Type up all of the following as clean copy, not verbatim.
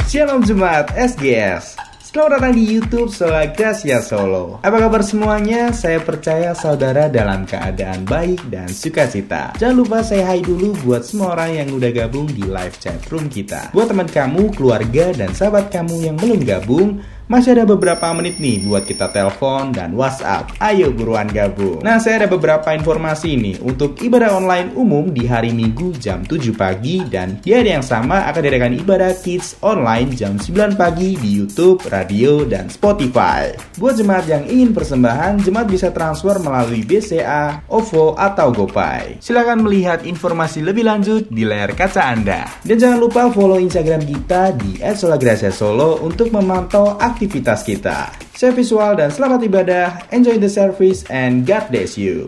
Shalom Jemaat SGS. Selamat datang di YouTube Sola Gracia Solo. Apa kabar semuanya? Saya percaya saudara dalam keadaan baik dan sukacita. Jangan lupa say hi dulu buat semua orang yang udah gabung di live chat room kita. Buat teman kamu, keluarga, dan sahabat kamu yang belum gabung, masih ada beberapa menit nih buat kita telepon dan WhatsApp. Ayo buruan gabung. Nah, saya ada beberapa informasi nih untuk ibadah online umum di hari Minggu jam 7 pagi dan di hari yang sama akan diadakan ibadah kids online jam 9 pagi di YouTube, radio, dan Spotify. Buat jemaat yang ingin persembahan, jemaat bisa transfer melalui BCA, OVO, atau GoPay. Silakan melihat informasi lebih lanjut di layar kaca Anda. Dan jangan lupa follow Instagram kita di @solagraciasolo untuk memantau aktivitas kita. Saya Visual dan selamat ibadah. Enjoy the service and God bless you.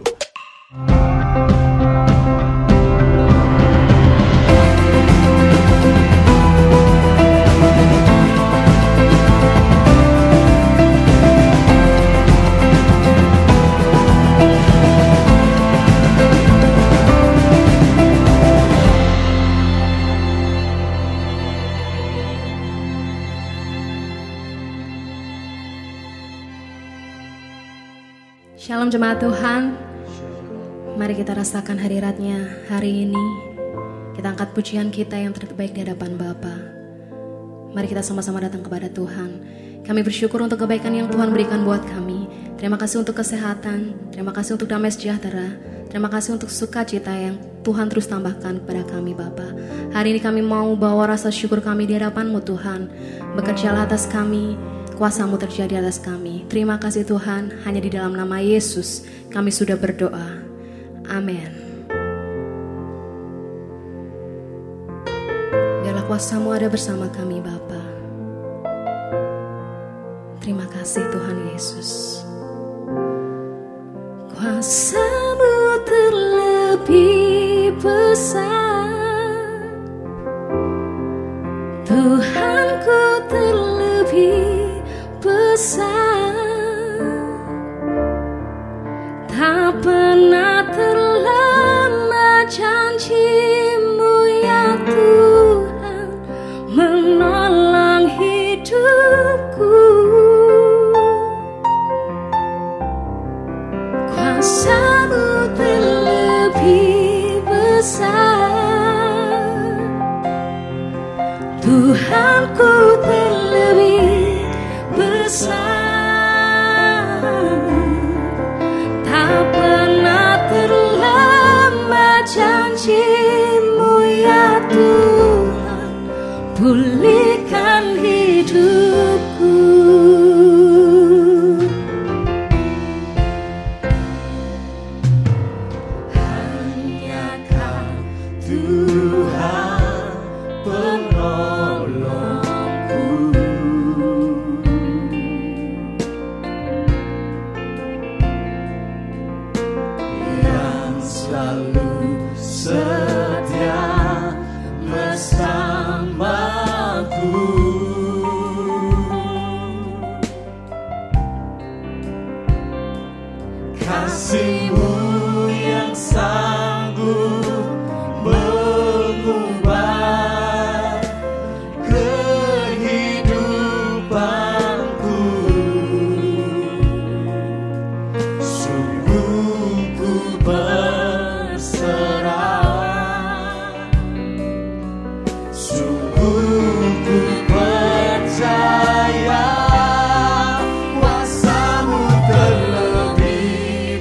Shalom jemaat Tuhan. Mari kita rasakan hadiratnya hari ini. Kita angkat pujian kita yang terbaik di hadapan Bapa. Mari kita sama-sama datang kepada Tuhan. Kami bersyukur untuk kebaikan yang Tuhan berikan buat kami. Terima kasih untuk kesehatan. Terima kasih untuk damai sejahtera. Terima kasih untuk sukacita yang Tuhan terus tambahkan kepada kami Bapa. Hari ini kami mau bawa rasa syukur kami di hadapan-Mu Tuhan. Bekerjalah atas kami. Kuasa-Mu terjadi atas kami. Terima kasih Tuhan, hanya di dalam nama Yesus kami sudah berdoa. Amin. Biarlah kuasa-Mu ada bersama kami Bapa. Terima kasih Tuhan Yesus. Kuasa-Mu terlebih besar, Tuhanku terlebih besar, tak pernah terlambat janji-Mu ya Tuhan, menolong hidupku. Kuasa-Mu terlebih besar, Tuhanku terlebih besar, tak pernah terlambat janji-Mu ya Tuhan, pulihkan hidupku. Hanya Kau Tuhan penolongku, selalu setia bersamaku. Kasih-Mu yang sanggup mengubah kehidupanku. Sungguh ku berserah, sungguh ku percaya, kuasa-Mu terlebih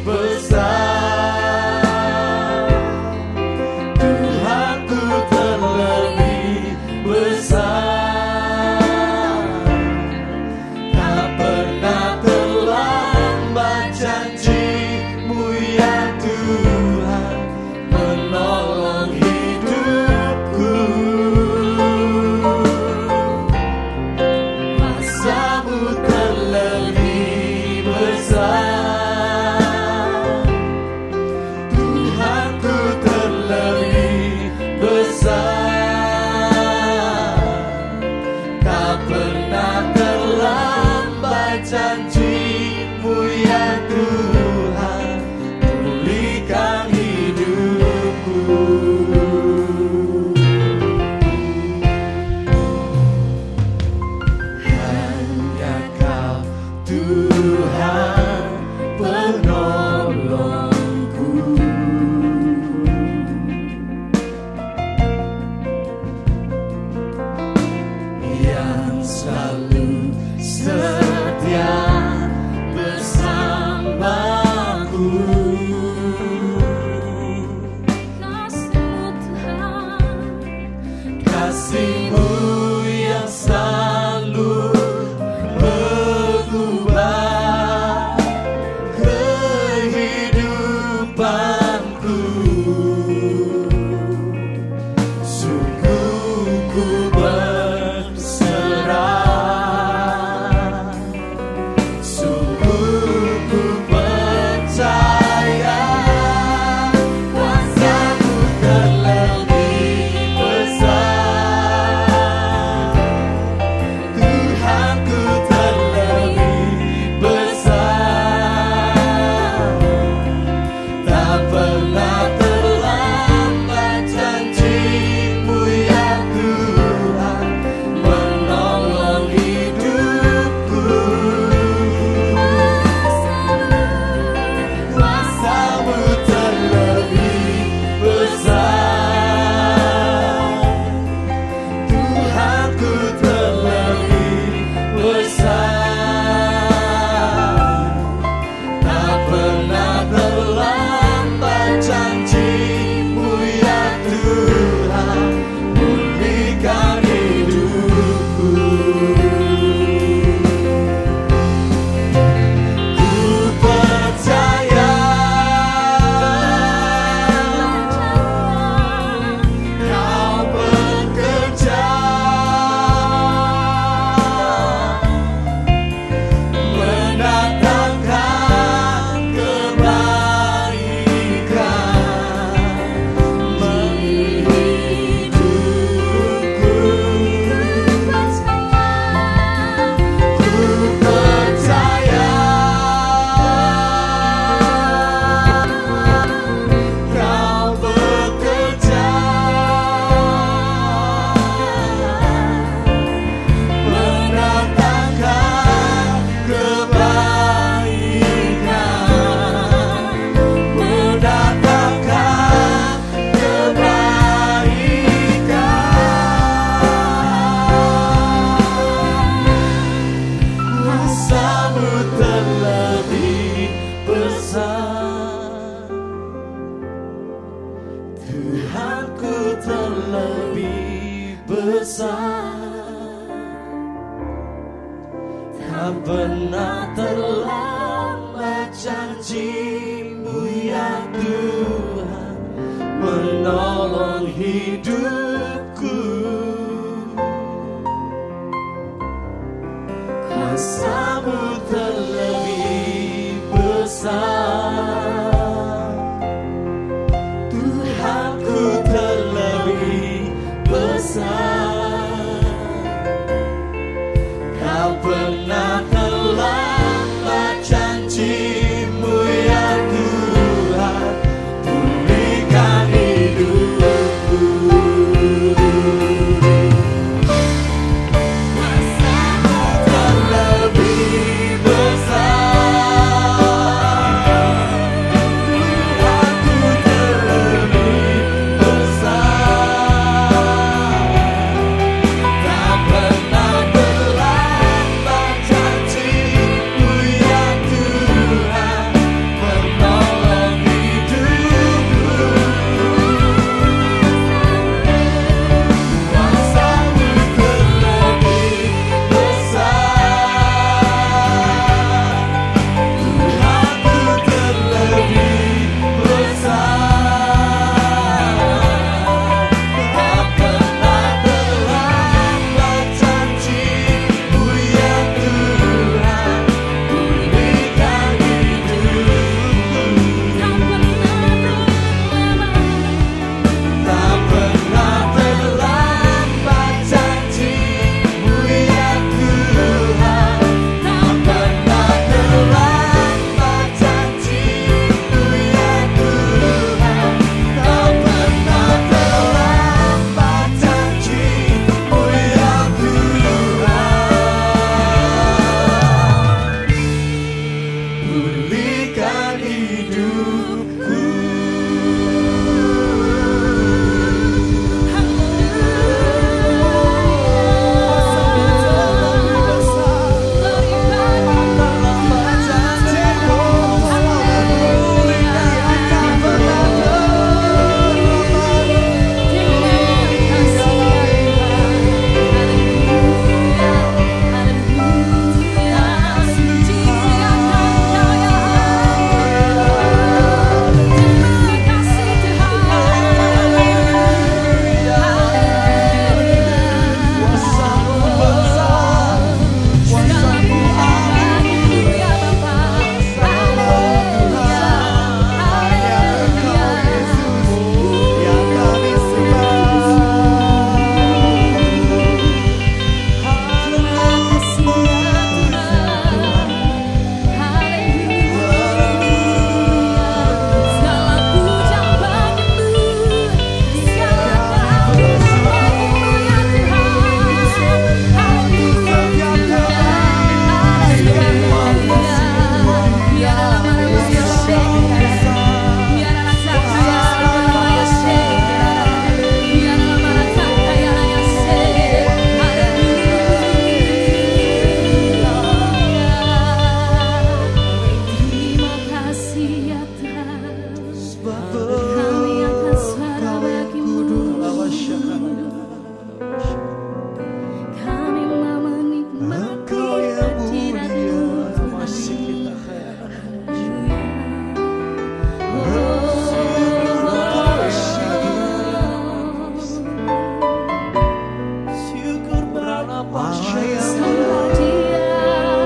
besar, Tuhanku terlebih besar, tak pernah terlambat janji-Mu ya Tuhan, menolong hidupku. Kuasa-Mu terlebih besar, Tuhanku terlebih besar, selalu setia bersamaku. Kasih-Mu Tuhan, kasih-Mu yang selalu mengubah kehidupanku. Sungguh ku berserah, sungguh ku percaya kuasa-Mu terlebih besar, Tuhanku terlebih besar. Tak pernah terlambat janji-Mu ya Tuhan, menolong hidupku. Kuasa-Mu terlebih besar, Tuhanku terlebih besar. Tak pernah terlambat janji-Mu ya Tuhan, pulihkan hidupku. Ku percaya Kau bekerja mendatangkan kebaikan bagi hidupku. Ku percaya Kau bekerja mendatangkan kebaikan, mendatangkan kebaikan. Kuasa-Mu terlebih besar, Tuhanku terlebih besar. Tak pernah terlambat janji-Mu ya Tuhan, menolong hidupku. Kuasa-Mu terlebih besar, Tuhanku terlebih besar. Tak pernah terlambat janji-Mu ya Tuhan, pulihkan hidupku. Sembah Dia,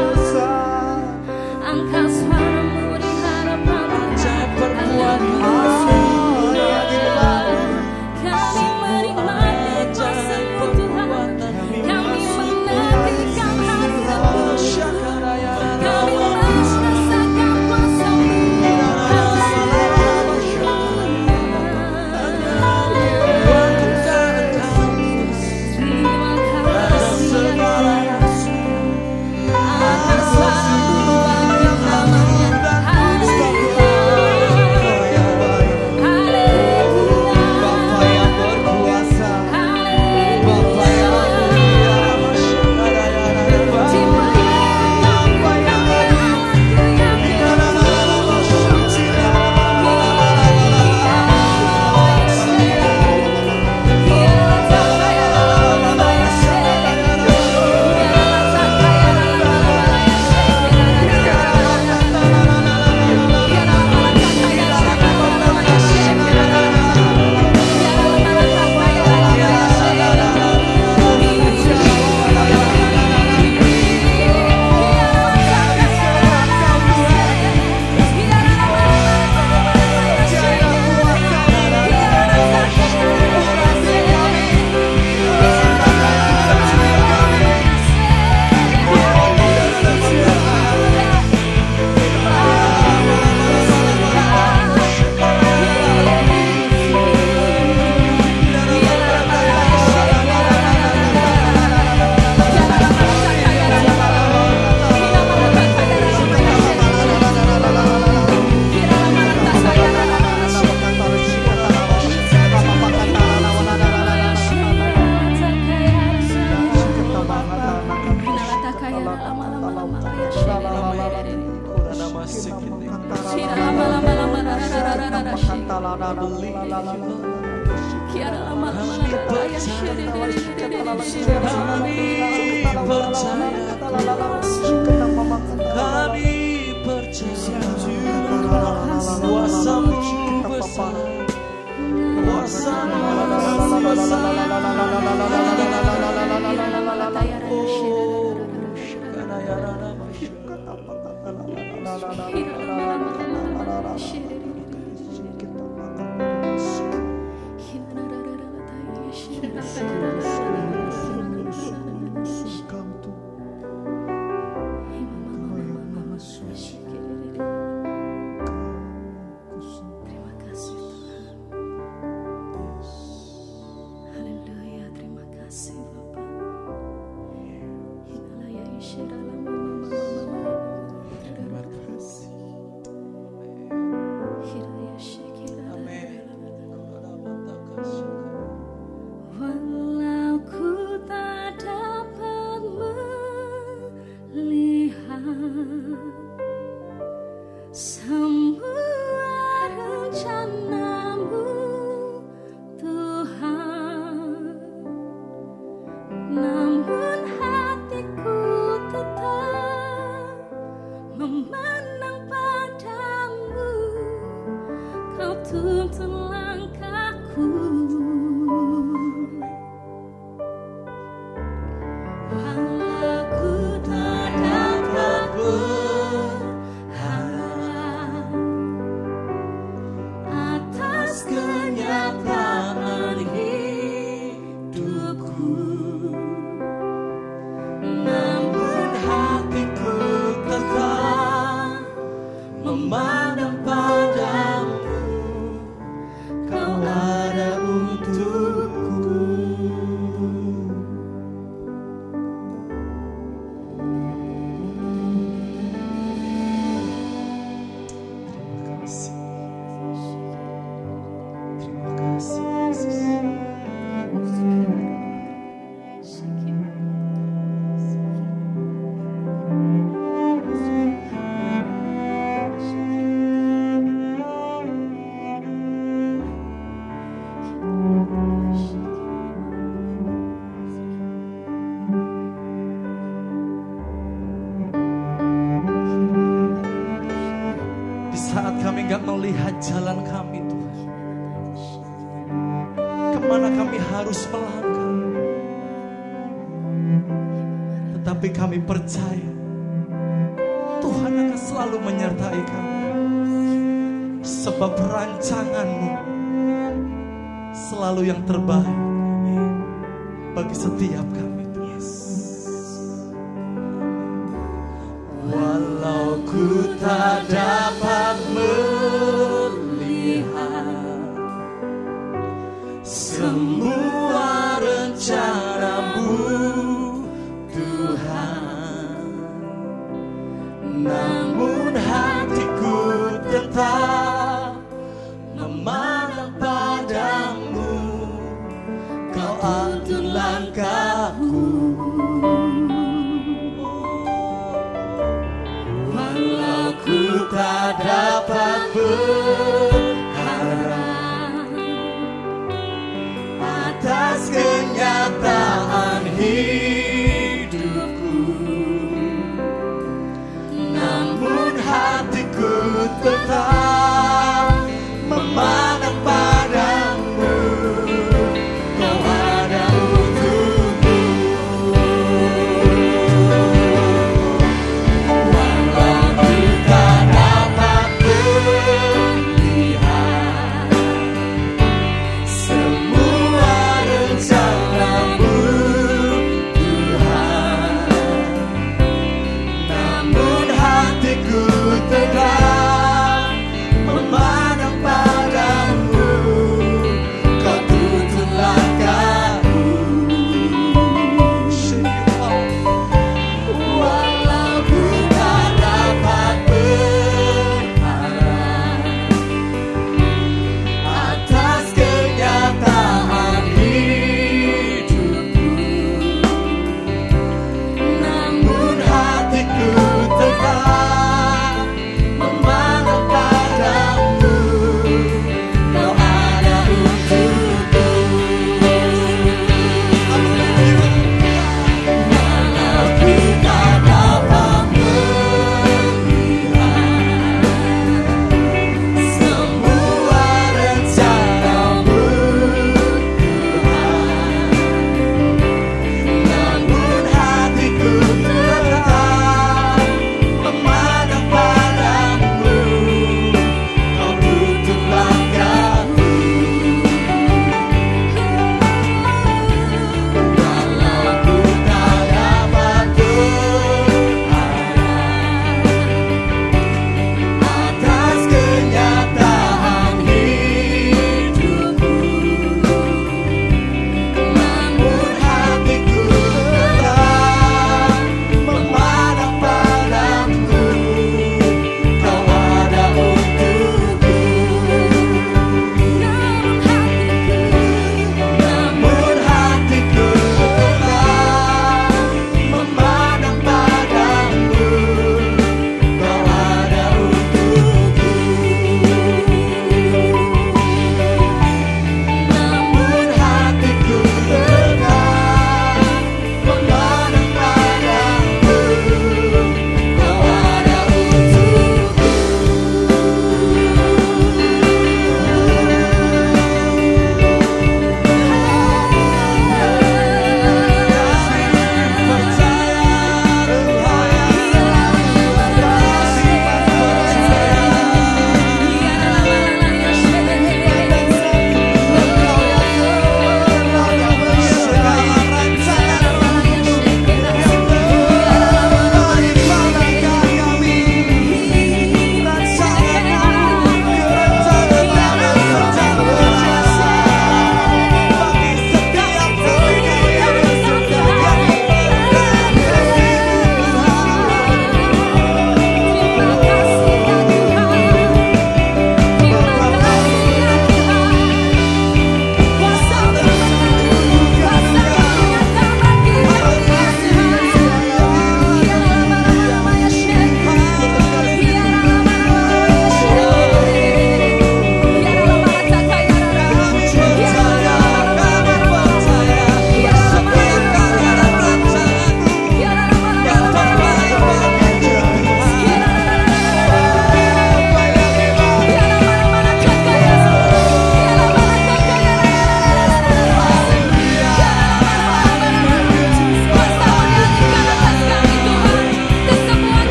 angkat suaramu di hadapan Dia. Kami menikmati kuasa-Mu Tuhan, kami menantikan hadirat-Mu, kami merasakan kuasa-Mu. Enggak melihat jalan kami Tuhan, kemana kami harus melangkah, Tapi kami percaya Tuhan akan selalu menyertai kami. Sebab rancangan-Mu selalu yang terbaik bagi setiap kami Tuhan. Walau ku tak dapat melihat semua rencana-Mu Tuhan, namun hatiku tetap memandang padamu. Kau atur langkahku. Walau ku tak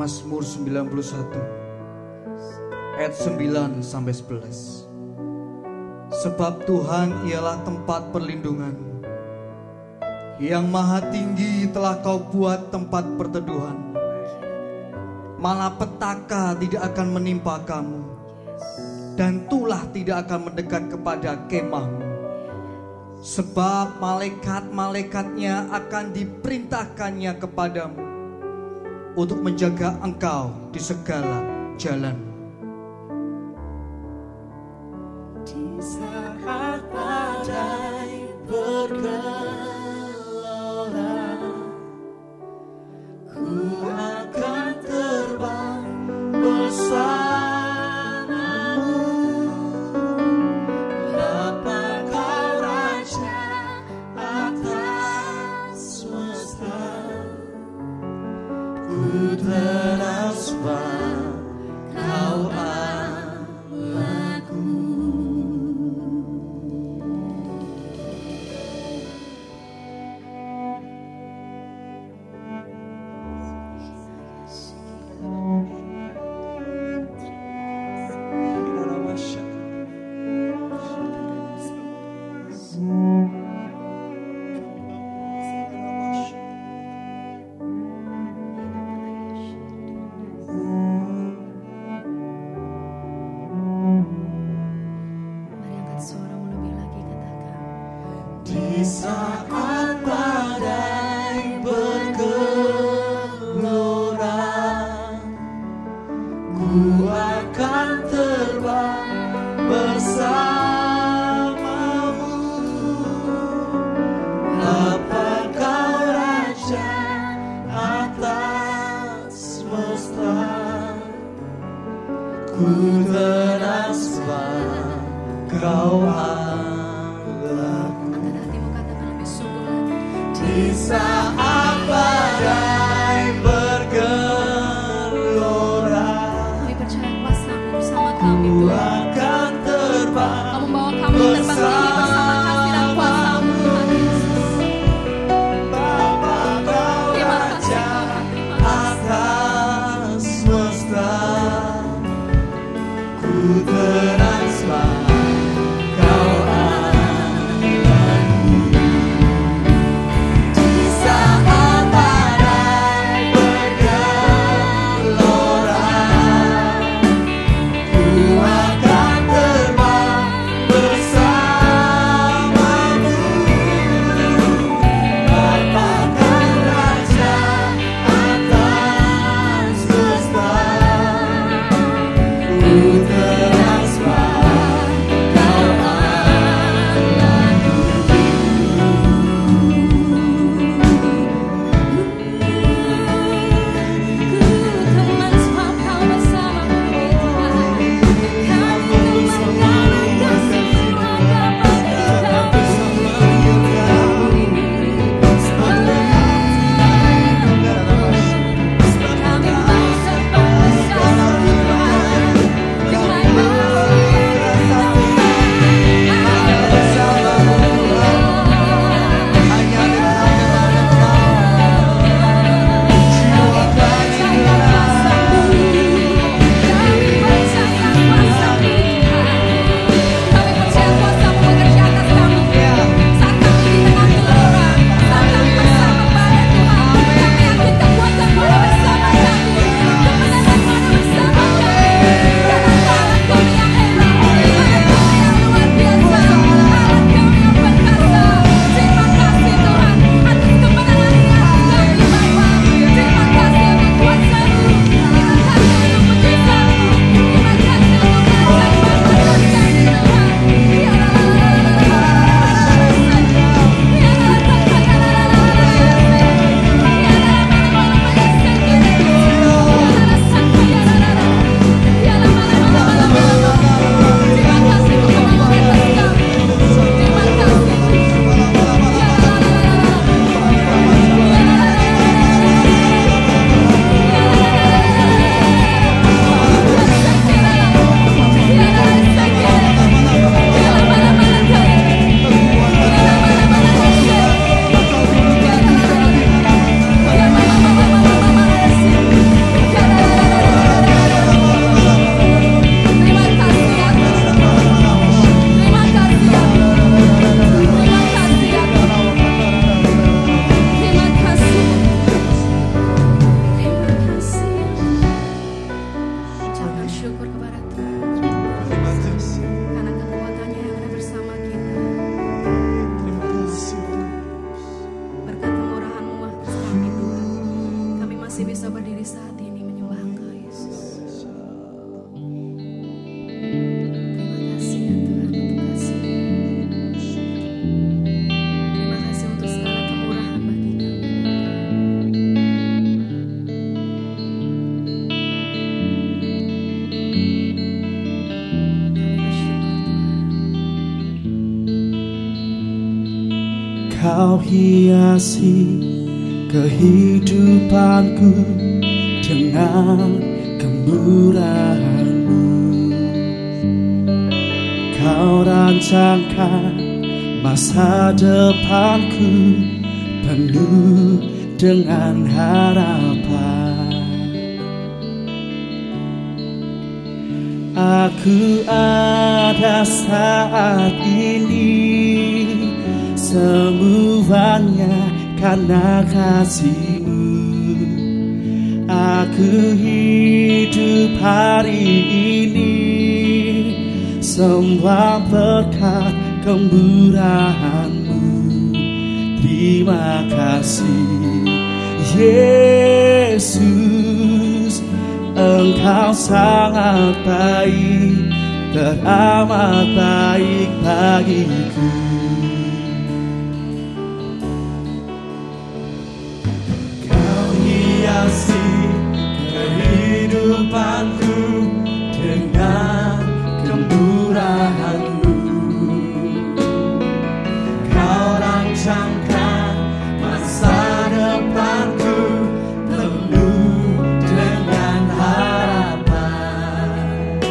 Mazmur 91 ayat 9 sampai 11. Sebab Tuhan ialah tempat perlindungan, yang maha tinggi telah kau buat tempat perteduhan. Malapetaka tidak akan menimpa kamu, dan tulah tidak akan mendekat kepada kemahmu. Sebab malaikat-malaikatnya akan diperintahkannya kepadamu untuk menjaga engkau di segala jalan. Di saat badai bergelora, ku akan terbang bersamamu. Bapa kau Raja atas semesta, ku terasbah kau Allahku. Mari angkat suaramu lebih lagi, katakan. Di saat badai bergelora, ku akan terbang bersamamu. Bapa kau Raja atas semesta, ku terasbah kau Allahku. Angkat hatimu, katakan lebih sungguh lagi. Di saat badai bergelora, Kami percaya kuasa-Mu bersama kami, ku Tuhan. akan terbang Kamu bawa kami terbang tinggi bersama kasih dan kuasa-Mu, Tuhan Yesus. Bapa kau Terima kasih, Raja Tuhan. Terima kasih. atas semesta, ku terasbah kau Allahku. Di saat badai Engkau hiasi kehidupanku dengan kemurahan-Mu. Kau rancangkan masa depanku penuh dengan harapan. Aku ada saat ini semuanya karena kasih-Mu. Aku hidup hari ini semua berkat kemurahan-Mu. Terima kasih Yesus, Engkau sangat baik, teramat baik bagiku. Kau hiasi kehidupanku dengan kemurahan-Mu. Kau rancangkan masa depanku penuh dengan harapan.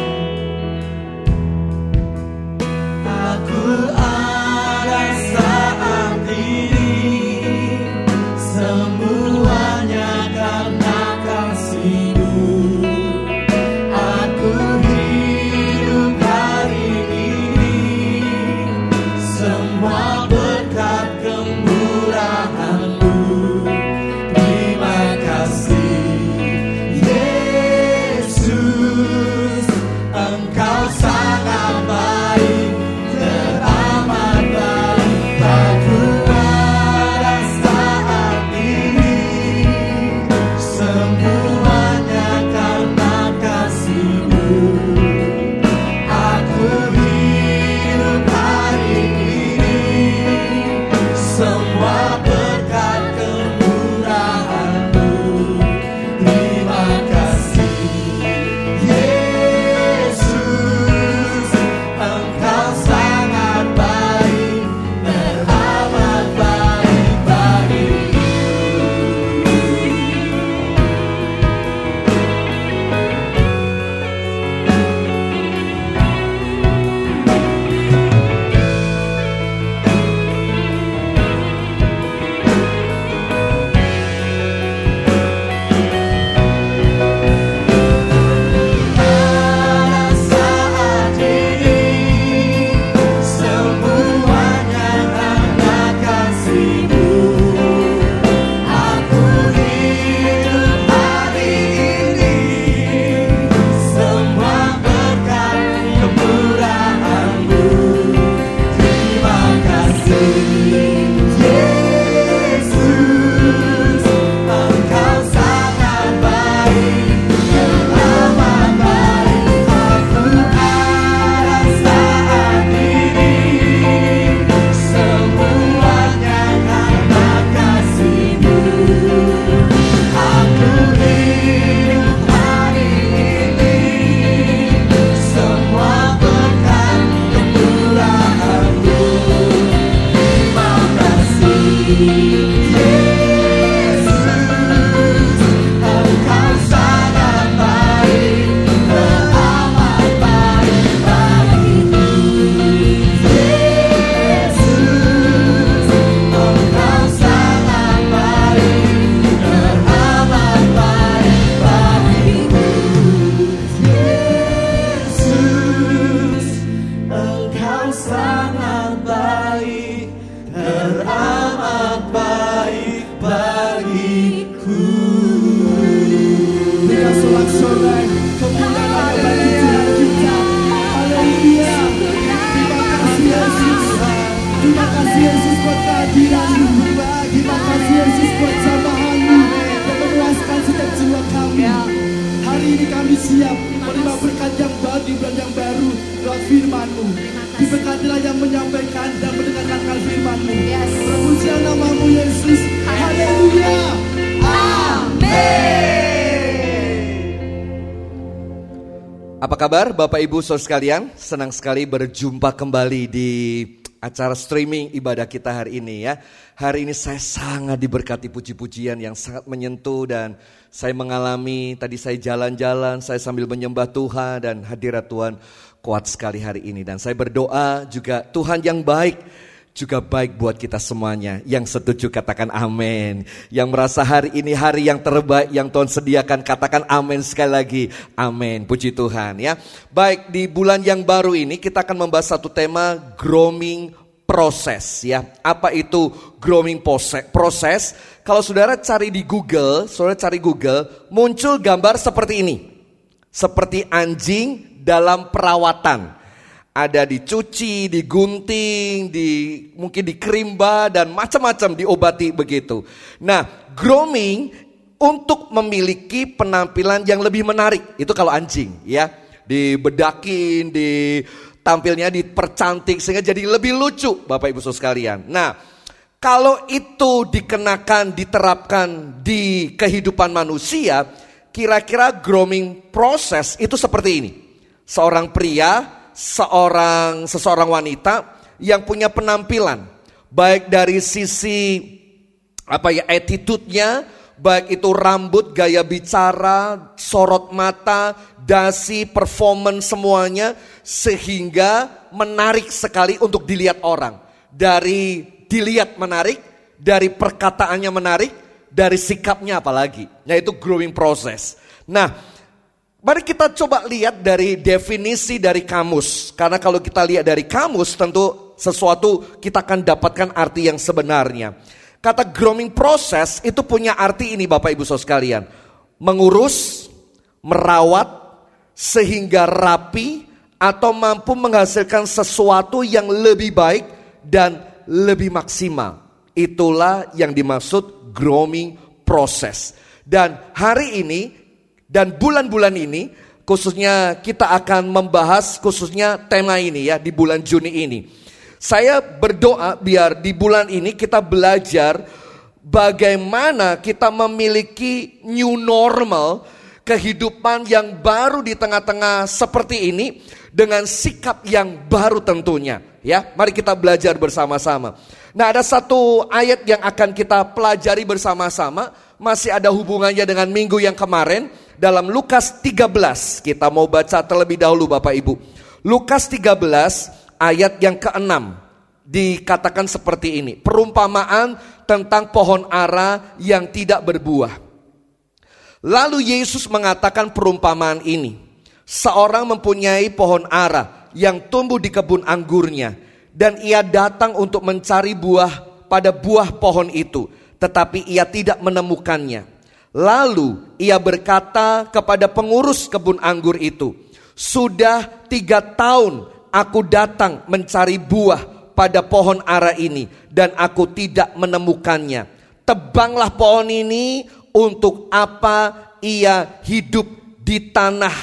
Aku ada saat ini semuanya karena kasih-Mu. Aku hidup hari ini semua berkat kemurahan-Mu. Terima kasih Yesus, Engkau sangat baik, teramat baik. Aku ada saat ini semuanya karena kasih-Mu. Aku hidup hari ini semua berkat kemurahan-Mu. Terima kasih Yesus, Engkau sangat baik, teramat baik bagiku. Pada saat ini semuanya karena kasih-Mu. Aku hidup hari ini semua berkat kemurahan-Mu. Terima kasih Yesus, Engkau sangat baik, teramat baik. Aku ada saat ini semuanya karena kasih-Mu. Aku hidup hari ini semua berkat kemurahan-Mu. Terima kasih Yesus, Engkau sangat baik, teramat baik bagiku. Yesus, Engkau sangat baik, teramat baik bagiku. Yesus, Engkau sangat baik, teramat baik bagiku. Bila sorak-sorai kemuliaan bagi Tuhan kita. Haleluya. Terima kasih Yesus. Terima kasih Yesus buat kehadiran-Mu. Terima kasih Yesus buat jambahan-Mu yang memuaskan setiap jiwa kami. Hari ini kami siap menerima berkat yang baru di bulan yang baru lewat firman-Mu. Diberkatilah yang menyampaikan dan mendengarkan firman-Mu. Terpujilah nama-Mu Yesus. Haleluya. Amin. Apa kabar Bapak Ibu Saudara sekalian? Senang sekali berjumpa kembali di acara streaming ibadah kita hari ini ya. Hari ini saya sangat diberkati puji-pujian yang sangat menyentuh dan saya mengalami, tadi saya jalan-jalan, saya sambil menyembah Tuhan dan hadirat Tuhan kuat sekali hari ini. Dan saya berdoa juga Tuhan yang baik juga baik buat kita semuanya. Yang setuju katakan amin. Yang merasa hari ini hari yang terbaik yang Tuhan sediakan katakan amin sekali lagi. Amin. Puji Tuhan ya. Baik, di bulan yang baru ini kita akan membahas satu tema grooming proses ya. Apa itu grooming proses? Kalau saudara cari di Google, muncul gambar seperti ini. Seperti anjing dalam perawatan. Ada dicuci, digunting, mungkin dikerimba dan macam-macam diobati begitu. Nah, grooming untuk memiliki penampilan yang lebih menarik. Itu kalau anjing ya. Dibedakin, tampilnya dipercantik sehingga jadi lebih lucu Bapak Ibu Saudara sekalian. Nah, kalau itu diterapkan di kehidupan manusia, kira-kira grooming proses itu seperti ini. Seorang pria, seseorang wanita yang punya penampilan baik dari sisi attitude-nya, baik itu rambut, gaya bicara, sorot mata, dasi, performance semuanya sehingga menarik sekali untuk dilihat orang. Dari dilihat menarik, dari perkataannya menarik, dari sikapnya apalagi. Yaitu grooming process. Nah, mari kita coba lihat dari definisi dari kamus. Karena kalau kita lihat dari kamus tentu sesuatu kita akan dapatkan arti yang sebenarnya. Kata grooming process itu punya arti ini Bapak Ibu Saudara sekalian. Mengurus, merawat, sehingga rapi atau mampu menghasilkan sesuatu yang lebih baik dan lebih maksimal. Itulah yang dimaksud grooming process. Dan hari ini dan bulan-bulan ini khususnya kita akan membahas khususnya tema ini ya di bulan Juni ini. Saya berdoa biar di bulan ini kita belajar bagaimana kita memiliki new normal, kehidupan yang baru di tengah-tengah seperti ini dengan sikap yang baru tentunya ya. Mari kita belajar bersama-sama. Nah, ada satu ayat yang akan kita pelajari bersama-sama, masih ada hubungannya dengan minggu yang kemarin. Dalam Lukas 13, kita mau baca terlebih dahulu Bapak Ibu. Lukas 13 ayat yang ke-6 dikatakan seperti ini. Perumpamaan tentang pohon ara yang tidak berbuah. Lalu Yesus mengatakan perumpamaan ini. Seorang mempunyai pohon ara yang tumbuh di kebun anggurnya. Dan ia datang untuk mencari buah pada buah pohon itu. Tetapi ia tidak menemukannya. Lalu ia berkata kepada pengurus kebun anggur itu, sudah 3 tahun aku datang mencari buah pada pohon ara ini dan aku tidak menemukannya. Tebanglah pohon ini, untuk apa ia hidup di tanah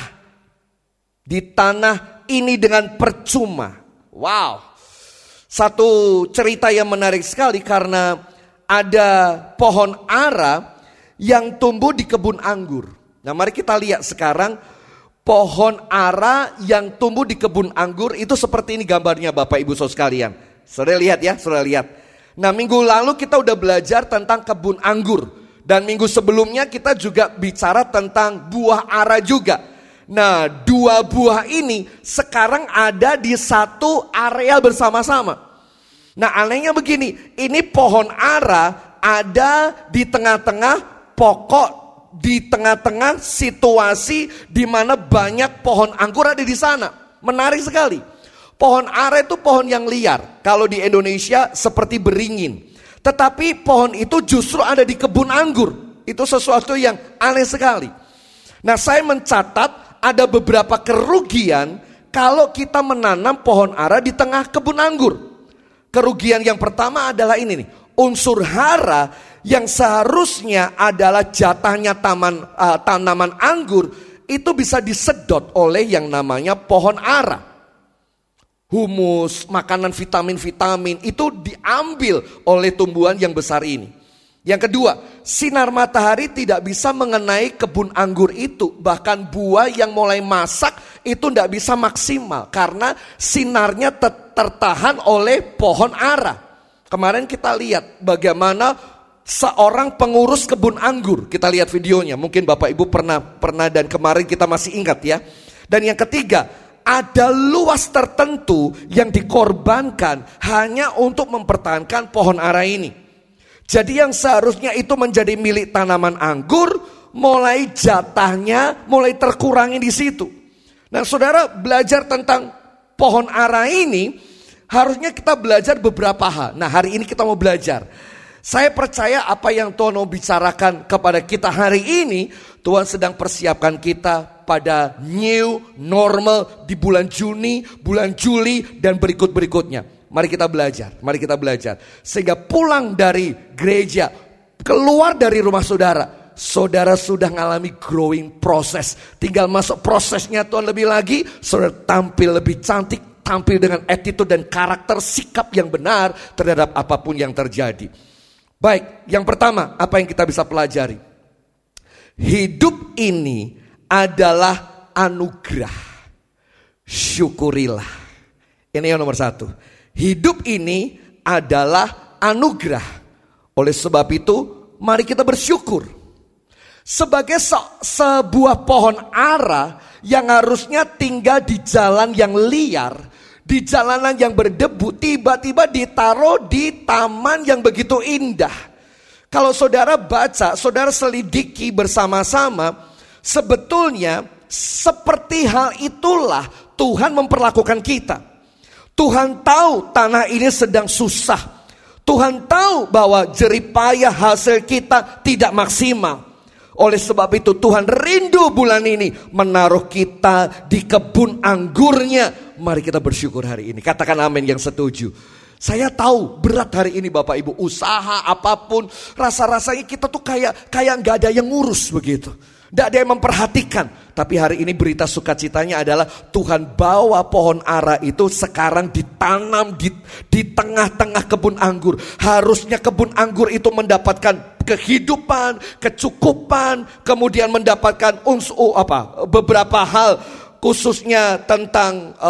ini dengan percuma. Wow, satu cerita yang menarik sekali karena ada pohon ara yang tumbuh di kebun anggur. Nah, mari kita lihat sekarang pohon ara yang tumbuh di kebun anggur itu seperti ini gambarnya Bapak Ibu Saudara sekalian. Saudara lihat ya, saudara lihat. Nah, minggu lalu kita udah belajar tentang kebun anggur. Dan minggu sebelumnya kita juga bicara tentang buah ara juga. Nah, 2 buah ini sekarang ada di satu area bersama-sama. Nah, anehnya begini, ini pohon ara ada di tengah-tengah pokok, di tengah-tengah situasi di mana banyak pohon anggur ada di sana. Menarik sekali. Pohon ara itu pohon yang liar. Kalau di Indonesia seperti beringin. Tetapi pohon itu justru ada di kebun anggur. Itu sesuatu yang aneh sekali. Nah, saya mencatat ada beberapa kerugian kalau kita menanam pohon ara di tengah kebun anggur. Kerugian yang pertama adalah ini nih. Unsur hara yang seharusnya adalah jatahnya tanaman anggur itu bisa disedot oleh yang namanya pohon ara. Humus, makanan vitamin-vitamin itu diambil oleh tumbuhan yang besar ini. Yang kedua, sinar matahari tidak bisa mengenai kebun anggur itu. Bahkan buah yang mulai masak itu tidak bisa maksimal karena sinarnya tetap tertahan oleh pohon ara. Kemarin kita lihat bagaimana seorang pengurus kebun anggur. Kita lihat videonya, mungkin Bapak Ibu pernah dan kemarin kita masih ingat ya. Dan yang ketiga, ada luas tertentu yang dikorbankan hanya untuk mempertahankan pohon ara ini. Jadi yang seharusnya itu menjadi milik tanaman anggur, mulai jatahnya mulai terkurangi di situ. Nah, saudara belajar tentang pohon ara ini, harusnya kita belajar beberapa hal. Nah, hari ini kita mau belajar. Saya percaya apa yang Tuhan mau bicarakan kepada kita hari ini, Tuhan sedang persiapkan kita pada new normal di bulan Juni, bulan Juli, dan berikut-berikutnya. Mari kita belajar. Sehingga pulang dari gereja, keluar dari rumah saudara, saudara sudah mengalami growing proses. Tinggal masuk prosesnya Tuhan lebih lagi, saudara tampil lebih cantik, tampil dengan attitude dan karakter sikap yang benar terhadap apapun yang terjadi. Baik, yang pertama apa yang kita bisa pelajari? Hidup ini adalah anugerah. Syukurilah. Ini yang nomor satu. Hidup ini adalah anugerah. Oleh sebab itu, mari kita bersyukur. Sebagai sebuah pohon ara yang harusnya tinggal di jalan yang liar, di jalanan yang berdebu, tiba-tiba ditaruh di taman yang begitu indah. Kalau saudara baca, saudara selidiki bersama-sama, sebetulnya seperti hal itulah Tuhan memperlakukan kita. Tuhan tahu tanah ini sedang susah. Tuhan tahu bahwa jeripayah hasil kita tidak maksimal. Oleh sebab itu Tuhan rindu bulan ini menaruh kita di kebun anggurnya. Mari kita bersyukur hari ini. Katakan amin yang setuju. Saya tahu berat hari ini Bapak Ibu. Usaha apapun, rasa-rasanya kita tuh kayak gak ada yang ngurus begitu. Tidak ada yang memperhatikan. Tapi hari ini berita sukacitanya adalah Tuhan bawa pohon ara itu sekarang ditanam di tengah-tengah kebun anggur. Harusnya kebun anggur itu mendapatkan kehidupan, kecukupan, kemudian mendapatkan beberapa hal khususnya tentang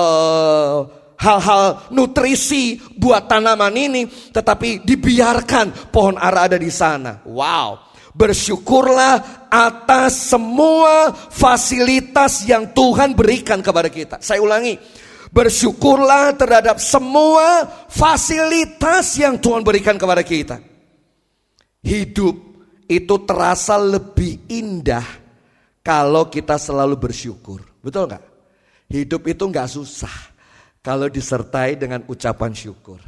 hal-hal nutrisi buat tanaman ini, tetapi dibiarkan pohon ara ada di sana. Wow. Bersyukurlah atas semua fasilitas yang Tuhan berikan kepada kita. Saya ulangi, bersyukurlah terhadap semua fasilitas yang Tuhan berikan kepada kita. Hidup itu terasa lebih indah kalau kita selalu bersyukur. Betul gak? Hidup itu gak susah kalau disertai dengan ucapan syukur.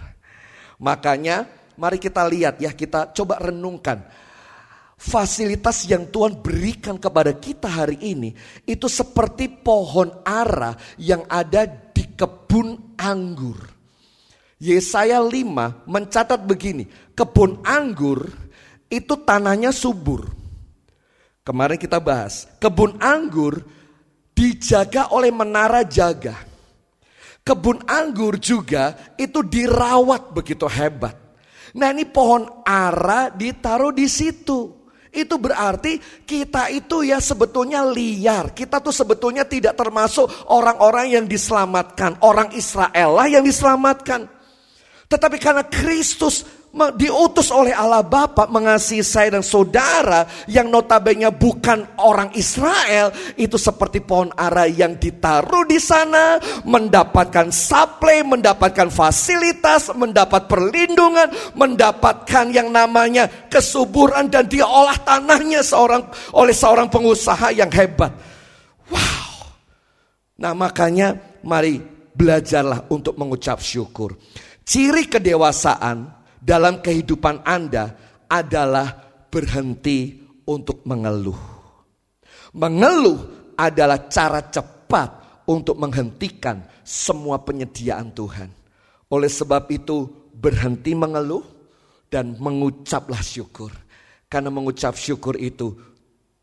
Makanya mari kita lihat ya, kita coba renungkan. Fasilitas yang Tuhan berikan kepada kita hari ini itu seperti pohon ara yang ada di kebun anggur. Yesaya 5 mencatat begini, kebun anggur itu tanahnya subur. Kemarin kita bahas, kebun anggur dijaga oleh menara jaga. Kebun anggur juga itu dirawat begitu hebat. Nah, ini pohon ara ditaruh di situ. Itu berarti kita itu ya sebetulnya liar. Kita tuh sebetulnya tidak termasuk orang-orang yang diselamatkan. Orang Israel lah yang diselamatkan. Tetapi karena Kristus diutus oleh Allah Bapa mengasihi saya dan saudara yang notabene bukan orang Israel, itu seperti pohon ara yang ditaruh di sana, mendapatkan suplai, mendapatkan fasilitas, mendapat perlindungan, mendapatkan yang namanya kesuburan, dan dia olah tanahnya oleh seorang pengusaha yang hebat. Wow. Nah, makanya mari belajarlah untuk mengucap syukur. Ciri kedewasaan dalam kehidupan Anda adalah berhenti untuk mengeluh. Mengeluh adalah cara cepat untuk menghentikan semua penyediaan Tuhan. Oleh sebab itu berhenti mengeluh dan mengucaplah syukur. Karena mengucap syukur itu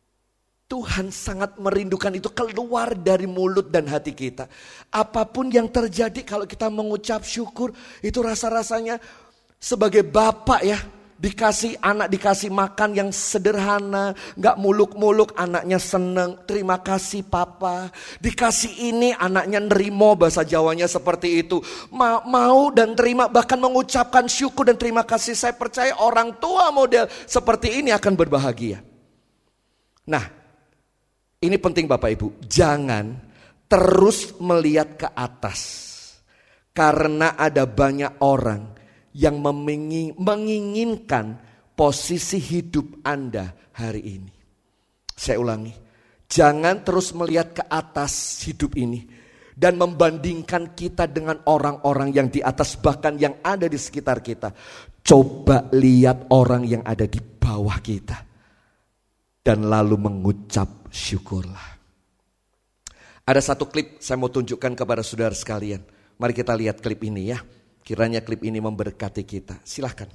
Tuhan sangat merindukan itu keluar dari mulut dan hati kita. Apapun yang terjadi kalau kita mengucap syukur, itu rasa-rasanya sebagai bapak ya, Anak dikasih makan yang sederhana, gak muluk-muluk, anaknya seneng. Terima kasih papa. Dikasih ini, anaknya nerimo, bahasa Jawanya seperti itu. Mau dan terima, bahkan mengucapkan syukur dan terima kasih. Saya percaya orang tua model seperti ini akan berbahagia. Nah, ini penting Bapak Ibu. Jangan terus melihat ke atas. Karena ada banyak orang yang menginginkan posisi hidup Anda hari ini. Saya ulangi, jangan terus melihat ke atas hidup ini dan membandingkan kita dengan orang-orang yang di atas, bahkan yang ada di sekitar kita. Coba lihat orang yang ada di bawah kita dan lalu mengucap syukurlah. Ada satu klip saya mau tunjukkan kepada saudara sekalian. Mari kita lihat klip ini ya. Kiranya klip ini memberkati kita. Silahkan.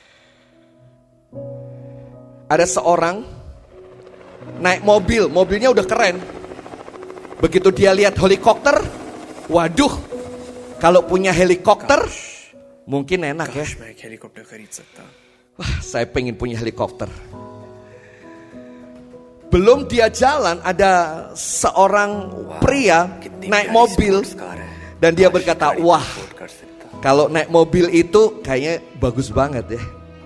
Ada seorang naik mobil, mobilnya udah keren. Begitu dia lihat helikopter, waduh, kalau punya helikopter mungkin enak ya. Wah, saya pengen punya helikopter. Belum dia jalan, ada seorang pria naik mobil dan dia berkata, wah, kalau naik mobil itu kayaknya bagus banget ya.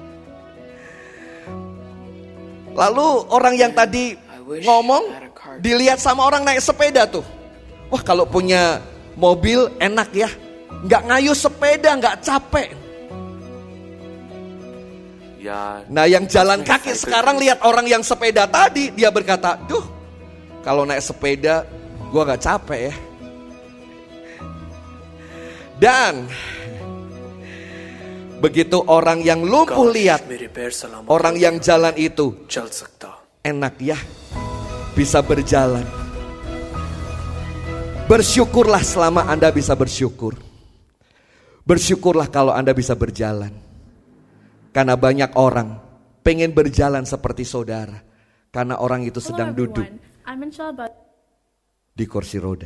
Lalu orang yang tadi ngomong dilihat sama orang naik sepeda tuh. Wah, kalau punya mobil enak ya. Gak ngayuh sepeda, gak capek. Nah yang jalan kaki sekarang lihat orang yang sepeda tadi. Dia berkata, duh, kalau naik sepeda gua gak capek ya. Dan begitu orang yang lumpuh lihat orang yang jalan itu, enak ya, bisa berjalan. Bersyukurlah selama Anda bisa bersyukur. Bersyukurlah kalau Anda bisa berjalan. Karena banyak orang pengen berjalan seperti saudara. Karena orang itu sedang duduk di kursi roda.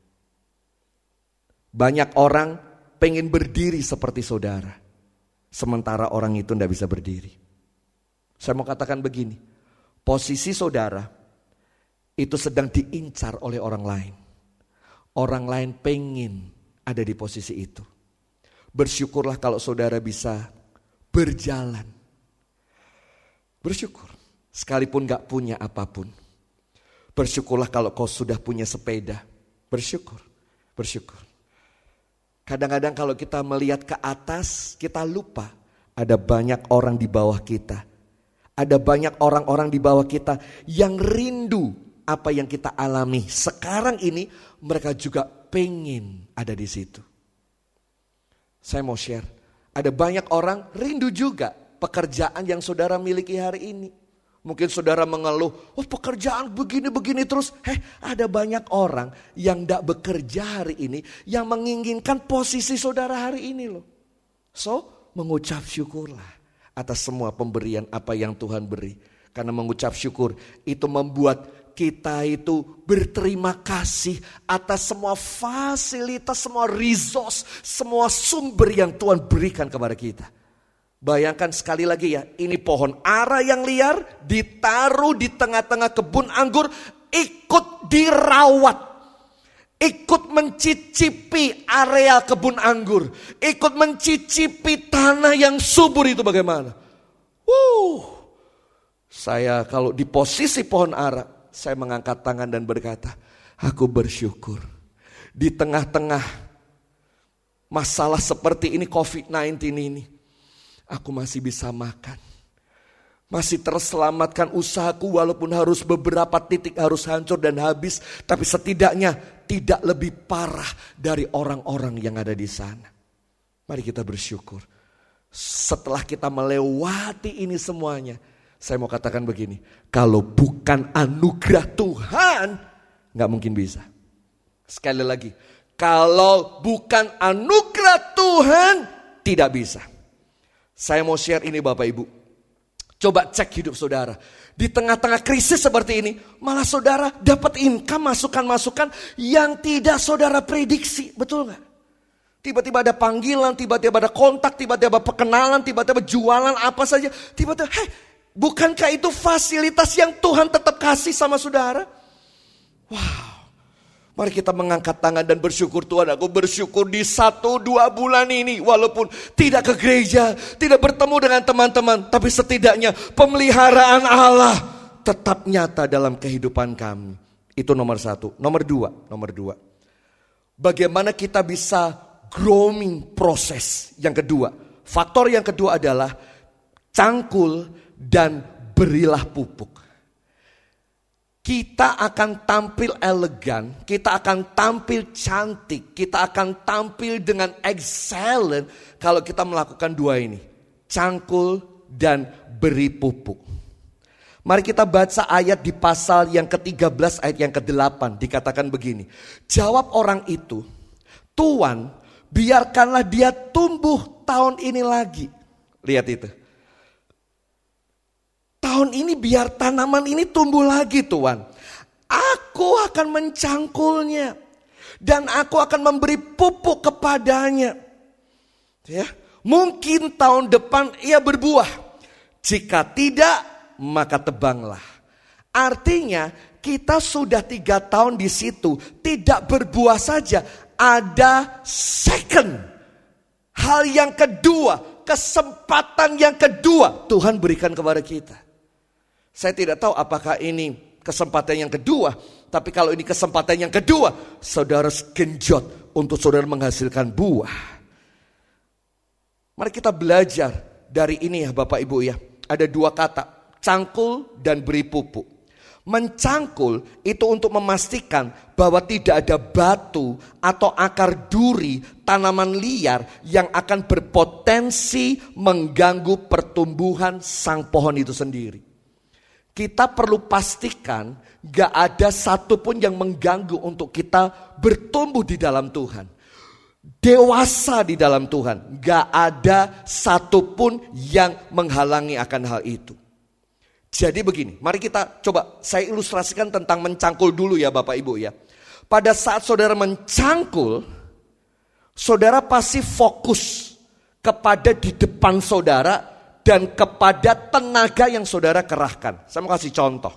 Banyak orang pengen berdiri seperti saudara. Sementara orang itu tidak bisa berdiri. Saya mau katakan begini. Posisi saudara itu sedang diincar oleh orang lain. Orang lain pengen ada di posisi itu. Bersyukurlah kalau saudara bisa berjalan. Bersyukur. Sekalipun gak punya apapun. Bersyukurlah kalau kau sudah punya sepeda. Bersyukur. Bersyukur. Kadang-kadang kalau kita melihat ke atas, kita lupa ada banyak orang di bawah kita. Ada banyak orang-orang di bawah kita yang rindu apa yang kita alami. Sekarang ini mereka juga pengen ada di situ. Saya mau share, ada banyak orang rindu juga pekerjaan yang saudara miliki hari ini. Mungkin saudara mengeluh, oh pekerjaan begini-begini terus. Ada banyak orang yang tidak bekerja hari ini, yang menginginkan posisi saudara hari ini loh. So, mengucap syukurlah atas semua pemberian apa yang Tuhan beri. Karena mengucap syukur itu membuat kita itu berterima kasih atas semua fasilitas, semua resource, semua sumber yang Tuhan berikan kepada kita. Bayangkan sekali lagi ya, ini pohon ara yang liar ditaruh di tengah-tengah kebun anggur, ikut dirawat, ikut mencicipi area kebun anggur, ikut mencicipi tanah yang subur itu bagaimana. Saya kalau di posisi pohon ara, saya mengangkat tangan dan berkata, aku bersyukur di tengah-tengah masalah seperti ini, COVID-19 ini. Aku masih bisa makan. Masih terselamatkan usahaku walaupun harus beberapa titik harus hancur dan habis. Tapi setidaknya tidak lebih parah dari orang-orang yang ada di sana. Mari kita bersyukur. Setelah kita melewati ini semuanya. Saya mau katakan begini. Kalau bukan anugerah Tuhan, gak mungkin bisa. Sekali lagi. Kalau bukan anugerah Tuhan, tidak bisa. Saya mau share ini Bapak Ibu. Coba cek hidup saudara. Di tengah-tengah krisis seperti ini, malah saudara dapat income, masukan-masukan yang tidak saudara prediksi. Betul gak? Tiba-tiba ada panggilan, tiba-tiba ada kontak, tiba-tiba perkenalan, tiba-tiba jualan apa saja. Tiba-tiba, bukankah itu fasilitas yang Tuhan tetap kasih sama saudara? Wow. Mari kita mengangkat tangan dan bersyukur. Tuhan, aku bersyukur di 1-2 bulan ini. Walaupun tidak ke gereja, tidak bertemu dengan teman-teman. Tapi setidaknya pemeliharaan Allah tetap nyata dalam kehidupan kami. Itu nomor 1. Nomor dua. Bagaimana kita bisa growing proses. Yang kedua. Faktor yang kedua adalah cangkul dan berilah pupuk. Kita akan tampil elegan, kita akan tampil cantik, kita akan tampil dengan excellent kalau kita melakukan dua ini. Cangkul dan beri pupuk. Mari kita baca ayat di pasal yang ke-13 ayat yang ke-8. Dikatakan begini. Jawab orang itu, Tuan, biarkanlah dia tumbuh tahun ini lagi. Lihat itu. Tahun ini biar tanaman ini tumbuh lagi, Tuhan. Aku akan mencangkulnya. Dan aku akan memberi pupuk kepadanya. Ya, mungkin tahun depan ia berbuah. Jika tidak, maka tebanglah. Artinya kita sudah 3 tahun di situ. Tidak berbuah saja. Ada second. Hal yang kedua. Kesempatan yang kedua Tuhan berikan kepada kita. Saya tidak tahu apakah ini kesempatan yang kedua. Tapi kalau ini kesempatan yang kedua, saudara genjot untuk saudara menghasilkan buah. Mari kita belajar dari ini ya Bapak Ibu ya. Ada 2 kata, cangkul dan beri pupuk. Mencangkul itu untuk memastikan bahwa tidak ada batu atau akar duri, tanaman liar yang akan berpotensi mengganggu pertumbuhan sang pohon itu sendiri. Kita perlu pastikan gak ada satupun yang mengganggu untuk kita bertumbuh di dalam Tuhan. Dewasa di dalam Tuhan. Gak ada satupun yang menghalangi akan hal itu. Jadi begini, mari kita coba saya ilustrasikan tentang mencangkul dulu ya Bapak Ibu ya. Pada saat saudara mencangkul, saudara pasti fokus kepada di depan saudara dan kepada tenaga yang saudara kerahkan. Saya mau kasih contoh.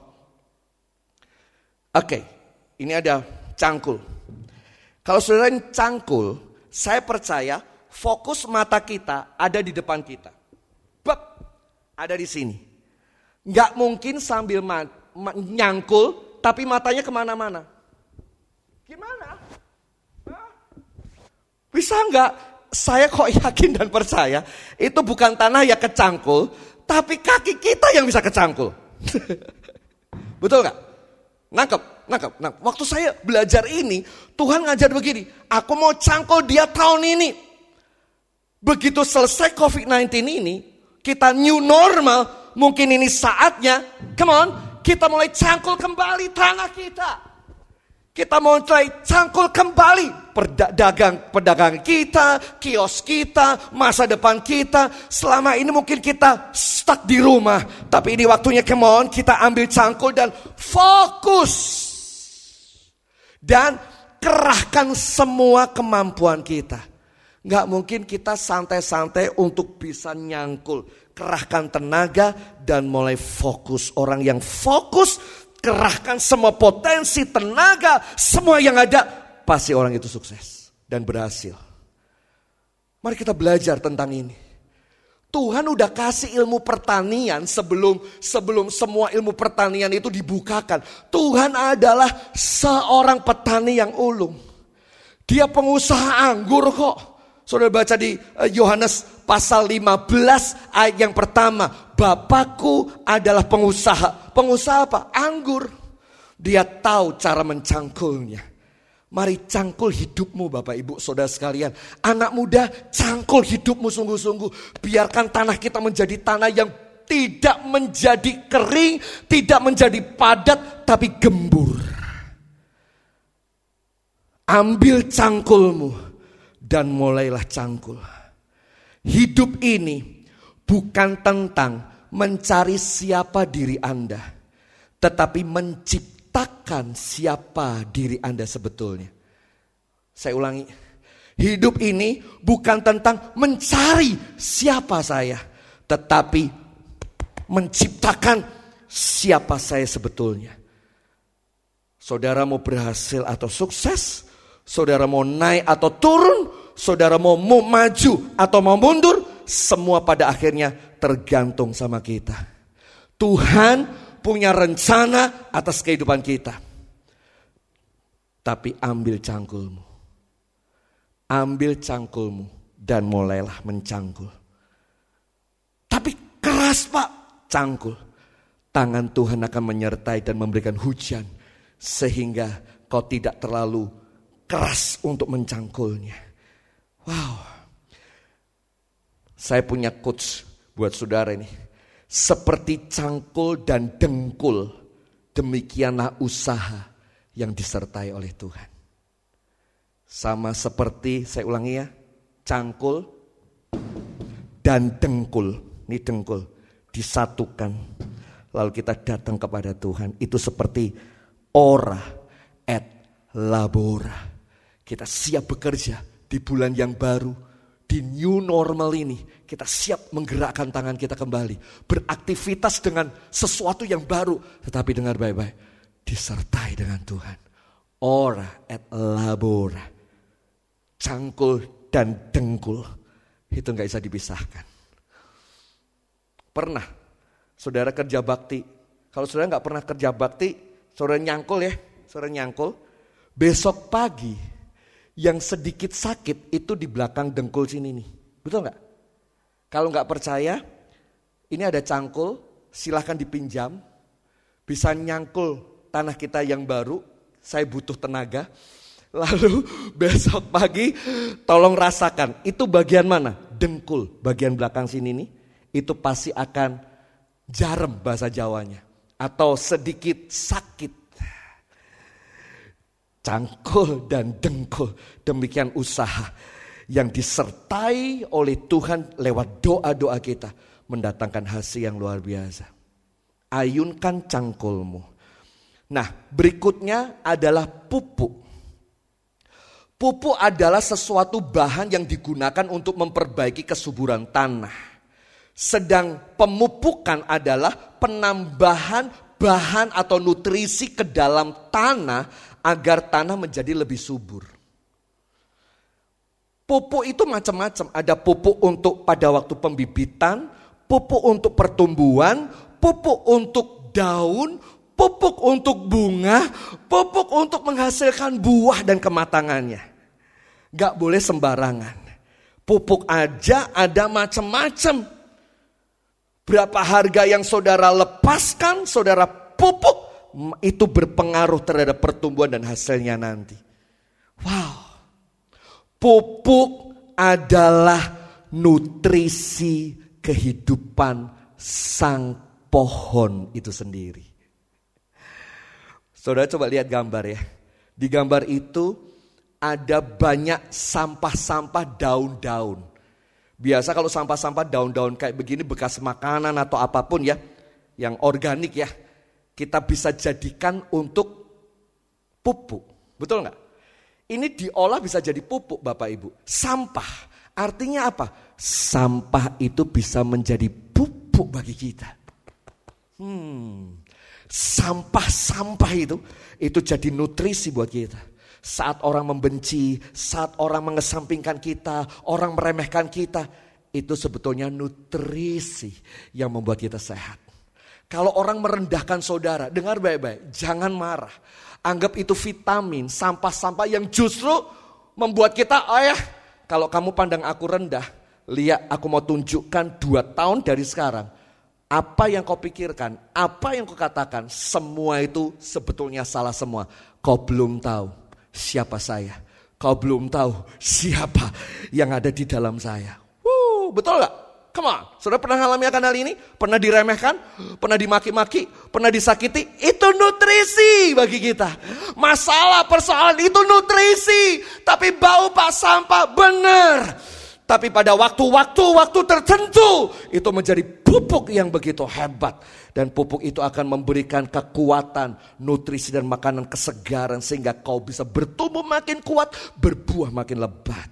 Oke, ini ada cangkul. Kalau saudara cangkul, saya percaya fokus mata kita ada di depan kita. Bep, ada di sini. Gak mungkin sambil nyangkul, tapi matanya kemana-mana. Gimana? Hah? Bisa gak? Saya kok yakin dan percaya itu bukan tanah yang kecangkul, tapi kaki kita yang bisa kecangkul. Betul gak? Nangkep. Waktu saya belajar ini, Tuhan ngajar begini, aku mau cangkul dia tahun ini. Begitu selesai COVID-19 ini, kita new normal, mungkin ini saatnya, come on, kita mulai cangkul kembali tanah kita. Kita mulai cangkul kembali pedagang kita, kios kita, masa depan kita. Selama ini mungkin kita stuck di rumah. Tapi ini waktunya come on, kita ambil cangkul dan fokus. Dan kerahkan semua kemampuan kita. Gak mungkin kita santai-santai untuk bisa nyangkul. Kerahkan tenaga dan mulai fokus. Orang yang fokus, kerahkan semua potensi, tenaga, semua yang ada. Pasti orang itu sukses dan berhasil. Mari kita belajar tentang ini. Tuhan udah kasih ilmu pertanian sebelum semua ilmu pertanian itu dibukakan. Tuhan adalah seorang petani yang ulung. Dia pengusaha anggur kok. Saudara baca di Yohanes pasal 15 ayat yang pertama. Bapakku adalah pengusaha. Pengusaha apa? Anggur. Dia tahu cara mencangkulnya. Mari cangkul hidupmu Bapak Ibu Saudara sekalian. Anak muda cangkul hidupmu sungguh-sungguh. Biarkan tanah kita menjadi tanah yang tidak menjadi kering. Tidak menjadi padat tapi gembur. Ambil cangkulmu dan mulailah cangkul. Hidup ini bukan tentang mencari siapa diri Anda, tetapi menciptakan siapa diri Anda sebetulnya. Saya ulangi, Hidup ini bukan tentang mencari siapa saya, tetapi menciptakan siapa saya sebetulnya. Saudara mau berhasil atau sukses, saudara mau naik atau turun, saudara mau maju atau mau mundur, semua pada akhirnya tergantung sama kita. Tuhan punya rencana atas kehidupan kita. Tapi ambil cangkulmu. Ambil cangkulmu dan mulailah mencangkul. Tapi keras Pak, cangkul. Tangan Tuhan akan menyertai dan memberikan hujan. Sehingga kau tidak terlalu keras untuk mencangkulnya. Wow. Saya punya quotes buat saudara ini. Seperti cangkul dan dengkul, demikianlah usaha yang disertai oleh Tuhan. Sama seperti, saya ulangi ya, cangkul dan dengkul. Ini dengkul, disatukan. Lalu kita datang kepada Tuhan. Itu seperti ora et labora. Kita siap bekerja di bulan yang baru. Di new normal ini, kita siap menggerakkan tangan kita kembali. Beraktivitas dengan sesuatu yang baru. Tetapi dengar baik-baik, disertai dengan Tuhan. Ora et labora. Cangkul dan dengkul itu gak bisa dipisahkan. Pernah saudara kerja bakti. Kalau saudara gak pernah kerja bakti, saudara nyangkul ya, saudara nyangkul. Besok pagi yang sedikit sakit itu di belakang dengkul sini nih. Betul gak? Kalau gak percaya, ini ada cangkul, silahkan dipinjam. Bisa nyangkul tanah kita yang baru, saya butuh tenaga. Lalu besok pagi tolong rasakan, itu bagian mana? Dengkul, bagian belakang sini nih, itu pasti akan jarem bahasa Jawanya. Atau sedikit sakit. Cangkul dan dengkul, demikian usaha yang disertai oleh Tuhan lewat doa-doa kita. Mendatangkan hasil yang luar biasa. Ayunkan cangkulmu. Nah berikutnya adalah pupuk. Pupuk adalah sesuatu bahan yang digunakan untuk memperbaiki kesuburan tanah. Sedang pemupukan adalah penambahan bahan atau nutrisi ke dalam tanah agar tanah menjadi lebih subur. Pupuk itu macam-macam. Ada pupuk untuk pada waktu pembibitan, pupuk untuk pertumbuhan, pupuk untuk daun, pupuk untuk bunga, pupuk untuk menghasilkan buah dan kematangannya. Gak boleh sembarangan. Pupuk aja ada macam-macam. Berapa harga yang saudara lepaskan, saudara pupuk, itu berpengaruh terhadap pertumbuhan dan hasilnya nanti. Wow. Pupuk adalah nutrisi kehidupan sang pohon itu sendiri. Saudara coba lihat gambar ya. Di gambar itu ada banyak sampah-sampah daun-daun. Biasa kalau sampah-sampah daun-daun kayak begini bekas makanan atau apapun ya, yang organik ya, kita bisa jadikan untuk pupuk. Betul gak? Ini diolah bisa jadi pupuk Bapak Ibu. Sampah, artinya apa? Sampah itu bisa menjadi pupuk bagi kita. Sampah-sampah itu jadi nutrisi buat kita. Saat orang membenci, saat orang mengesampingkan kita, orang meremehkan kita, itu sebetulnya nutrisi yang membuat kita sehat. Kalau orang merendahkan saudara, dengar baik-baik, jangan marah. Anggap itu vitamin, sampah-sampah yang justru membuat kita, kalau kamu pandang aku rendah, lihat aku mau tunjukkan 2 tahun dari sekarang. Apa yang kau pikirkan, apa yang kau katakan, semua itu sebetulnya salah semua. Kau belum tahu siapa saya. Kau belum tahu siapa yang ada di dalam saya. Betul gak? Come on. Saudara pernah mengalami akan hal ini? Pernah diremehkan? Pernah dimaki-maki? Pernah disakiti? Itu nutrisi bagi kita. Masalah, persoalan itu nutrisi. Tapi bau pak sampah benar. Tapi pada waktu tertentu itu menjadi pupuk yang begitu hebat. Dan pupuk itu akan memberikan kekuatan, nutrisi dan makanan kesegaran. Sehingga kau bisa bertumbuh makin kuat, berbuah makin lebat.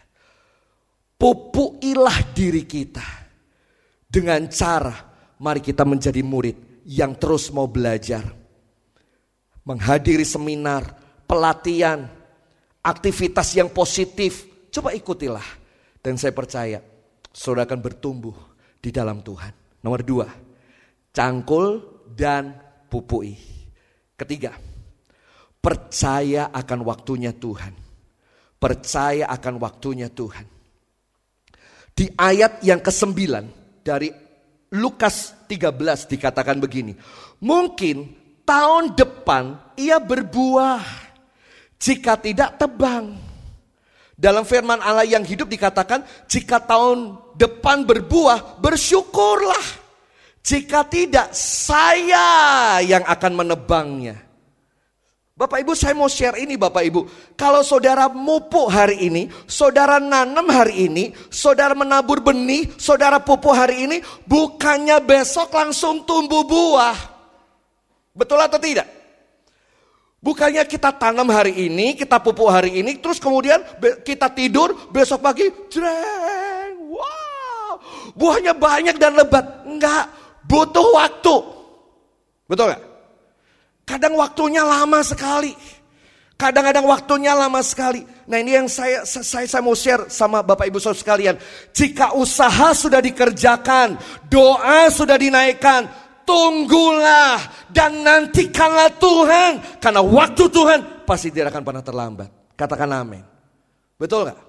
Pupukilah diri kita dengan cara mari kita menjadi murid yang terus mau belajar. Menghadiri seminar, pelatihan, aktivitas yang positif. Coba ikutilah. Dan saya percaya saudara akan bertumbuh di dalam Tuhan. Nomor 2. Cangkul dan pupui. Ketiga, percaya akan waktunya Tuhan. Percaya akan waktunya Tuhan. Di ayat yang ke-9 dari Lukas 13 dikatakan begini. Mungkin tahun depan ia berbuah, jika tidak tebang. Dalam firman Allah yang hidup dikatakan, jika tahun depan berbuah, bersyukurlah. Jika tidak, saya yang akan menebangnya. Bapak Ibu, saya mau share ini Bapak Ibu. Kalau saudara mupuk hari ini, saudara nanam hari ini, saudara menabur benih, saudara pupuk hari ini, bukannya besok langsung tumbuh buah. Betul atau tidak? Bukannya kita tanam hari ini, kita pupuk hari ini, terus kemudian kita tidur, besok pagi, jreng, wow, buahnya banyak dan lebat. Enggak. Butuh waktu. Betul gak? Kadang waktunya lama sekali. Kadang-kadang waktunya lama sekali. Nah ini yang saya mau share sama Bapak Ibu Saudara sekalian. Jika usaha sudah dikerjakan, doa sudah dinaikkan, tunggulah dan nantikanlah Tuhan. Karena waktu Tuhan pasti tidak akan pernah terlambat. Katakan amin. Betul gak?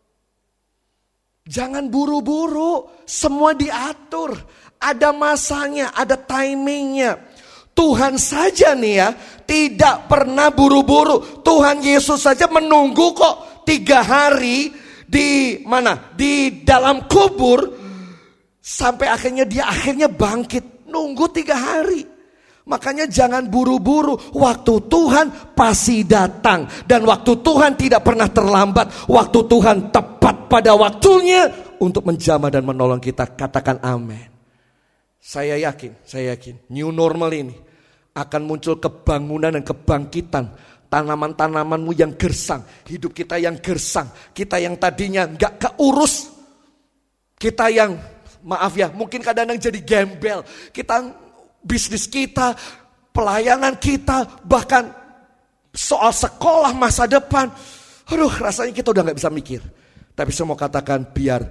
Jangan buru-buru, semua diatur. Ada masanya, ada timingnya. Tuhan saja nih ya, tidak pernah buru-buru. Tuhan Yesus saja menunggu kok 3 hari di mana? Di dalam kubur. Sampai akhirnya dia bangkit. Nunggu 3 hari. Makanya jangan buru-buru. Waktu Tuhan pasti datang. Dan waktu Tuhan tidak pernah terlambat. Waktu Tuhan tepat pada waktunya untuk menjamah dan menolong kita. Katakan amin. Saya yakin new normal ini akan muncul kebangunan dan kebangkitan. Tanaman-tanamanmu yang gersang, hidup kita yang gersang, kita yang tadinya gak keurus, kita yang maaf ya mungkin kadang-kadang jadi gembel, kita bisnis kita, pelayanan kita, bahkan soal sekolah masa depan, aduh rasanya kita udah gak bisa mikir. Tapi saya mau katakan biar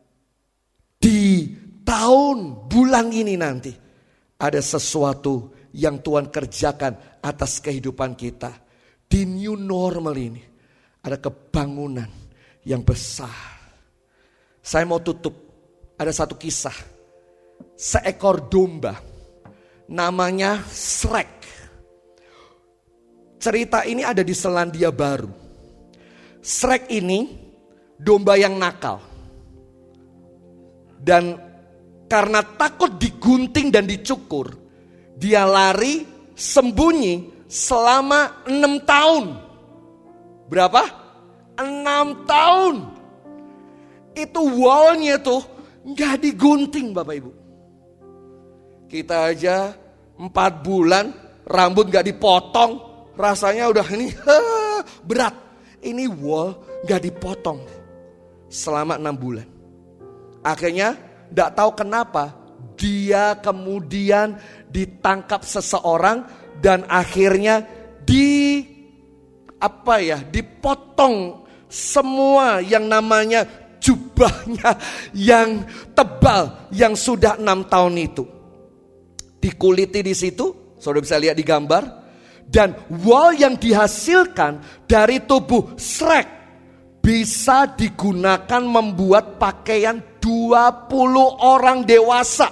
di tahun bulan ini nanti ada sesuatu yang Tuhan kerjakan atas kehidupan kita. Di new normal ini ada kebangunan yang besar. Saya mau tutup, ada satu kisah. Seekor domba namanya Shrek. Cerita ini ada di Selandia Baru. Shrek ini domba yang nakal. Dan karena takut digunting dan dicukur, dia lari sembunyi selama 6 tahun. Berapa? 6 tahun. Itu wallnya tuh gak digunting Bapak Ibu. Kita aja 4 bulan rambut gak dipotong, rasanya udah ini berat. Ini wall gak dipotong selama 6 bulan. Akhirnya tidak tahu kenapa dia kemudian ditangkap seseorang dan akhirnya dipotong semua yang namanya jubahnya yang tebal yang sudah 6 tahun itu. Dikuliti di situ, saudara bisa lihat di gambar, dan wall yang dihasilkan dari tubuh Shrek bisa digunakan membuat pakaian 20 orang dewasa.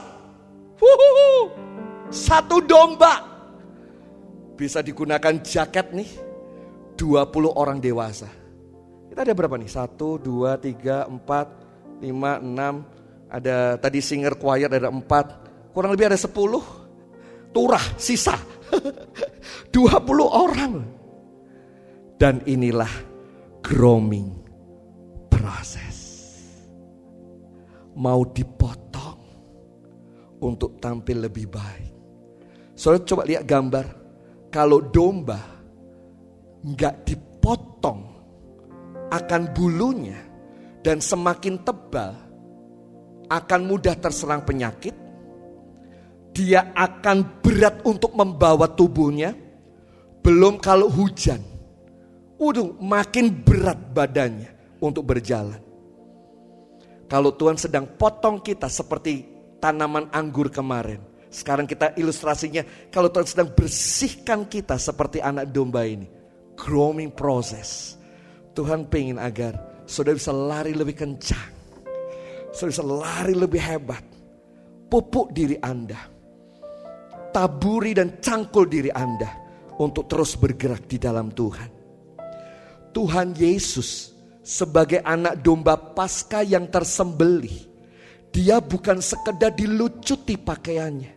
Satu domba bisa digunakan jaket nih 20 orang dewasa. Kita ada berapa nih? 1, 2, 3, 4, 5, 6. Ada tadi singer choir ada 4. Kurang lebih ada 10. Turah sisa 20 orang. Dan inilah grooming proses. mau dipotong untuk tampil lebih baik. Saudara coba lihat gambar. Kalau domba nggak dipotong akan bulunya dan semakin tebal, akan mudah terserang penyakit. Dia akan berat untuk membawa tubuhnya. Belum kalau hujan, makin berat badannya untuk berjalan. Kalau Tuhan sedang potong kita seperti tanaman anggur kemarin, sekarang kita ilustrasinya, kalau Tuhan sedang bersihkan kita seperti anak domba ini, growing process. Tuhan pengen agar saudara bisa lari lebih kencang, saudara bisa lari lebih hebat. Pupuk diri Anda, taburi dan cangkul diri Anda untuk terus bergerak di dalam Tuhan. Tuhan Yesus sebagai anak domba Paskah yang tersembelih, dia bukan sekedar dilucuti pakaiannya,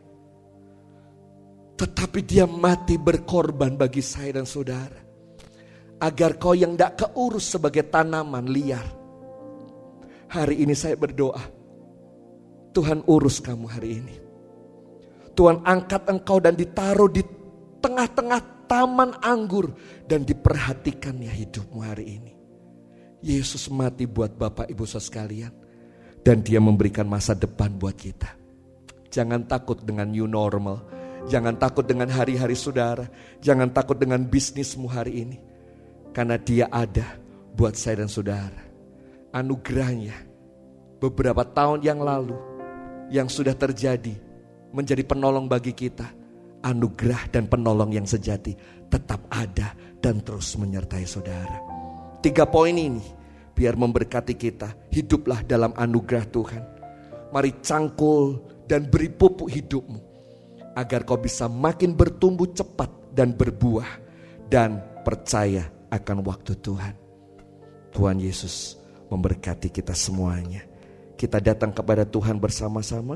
tetapi dia mati berkorban bagi saya dan saudara. Agar kau yang tidak keurus sebagai tanaman liar. Hari ini saya berdoa, Tuhan urus kamu hari ini. Tuhan angkat engkau dan ditaruh di tengah-tengah taman anggur dan diperhatikannya hidupmu hari ini. Yesus mati buat Bapak Ibu saudara sekalian, dan dia memberikan masa depan buat kita. Jangan takut dengan new normal, jangan takut dengan hari-hari saudara, jangan takut dengan bisnismu hari ini, karena dia ada buat saya dan saudara. Anugerahnya beberapa tahun yang lalu yang sudah terjadi menjadi penolong bagi kita. Anugerah dan penolong yang sejati tetap ada dan terus menyertai saudara. 3 poin ini biar memberkati kita. Hiduplah dalam anugerah Tuhan. Mari cangkul dan beri pupuk hidupmu, agar kau bisa makin bertumbuh cepat dan berbuah, dan percaya akan waktu Tuhan. Tuhan Yesus memberkati kita semuanya. Kita datang kepada Tuhan bersama-sama.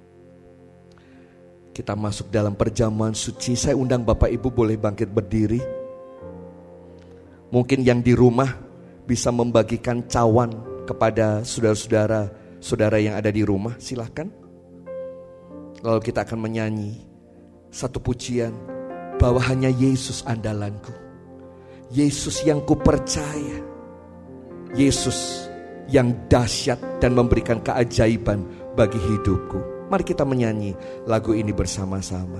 Kita masuk dalam perjamuan suci. Saya undang Bapak Ibu boleh bangkit berdiri. Mungkin yang di rumah bisa membagikan cawan kepada saudara yang ada di rumah. Silakan. Lalu kita akan menyanyi satu pujian, bahwa hanya Yesus andalanku, Yesus yang ku percaya, Yesus yang dahsyat dan memberikan keajaiban bagi hidupku. Mari kita menyanyi lagu ini bersama-sama.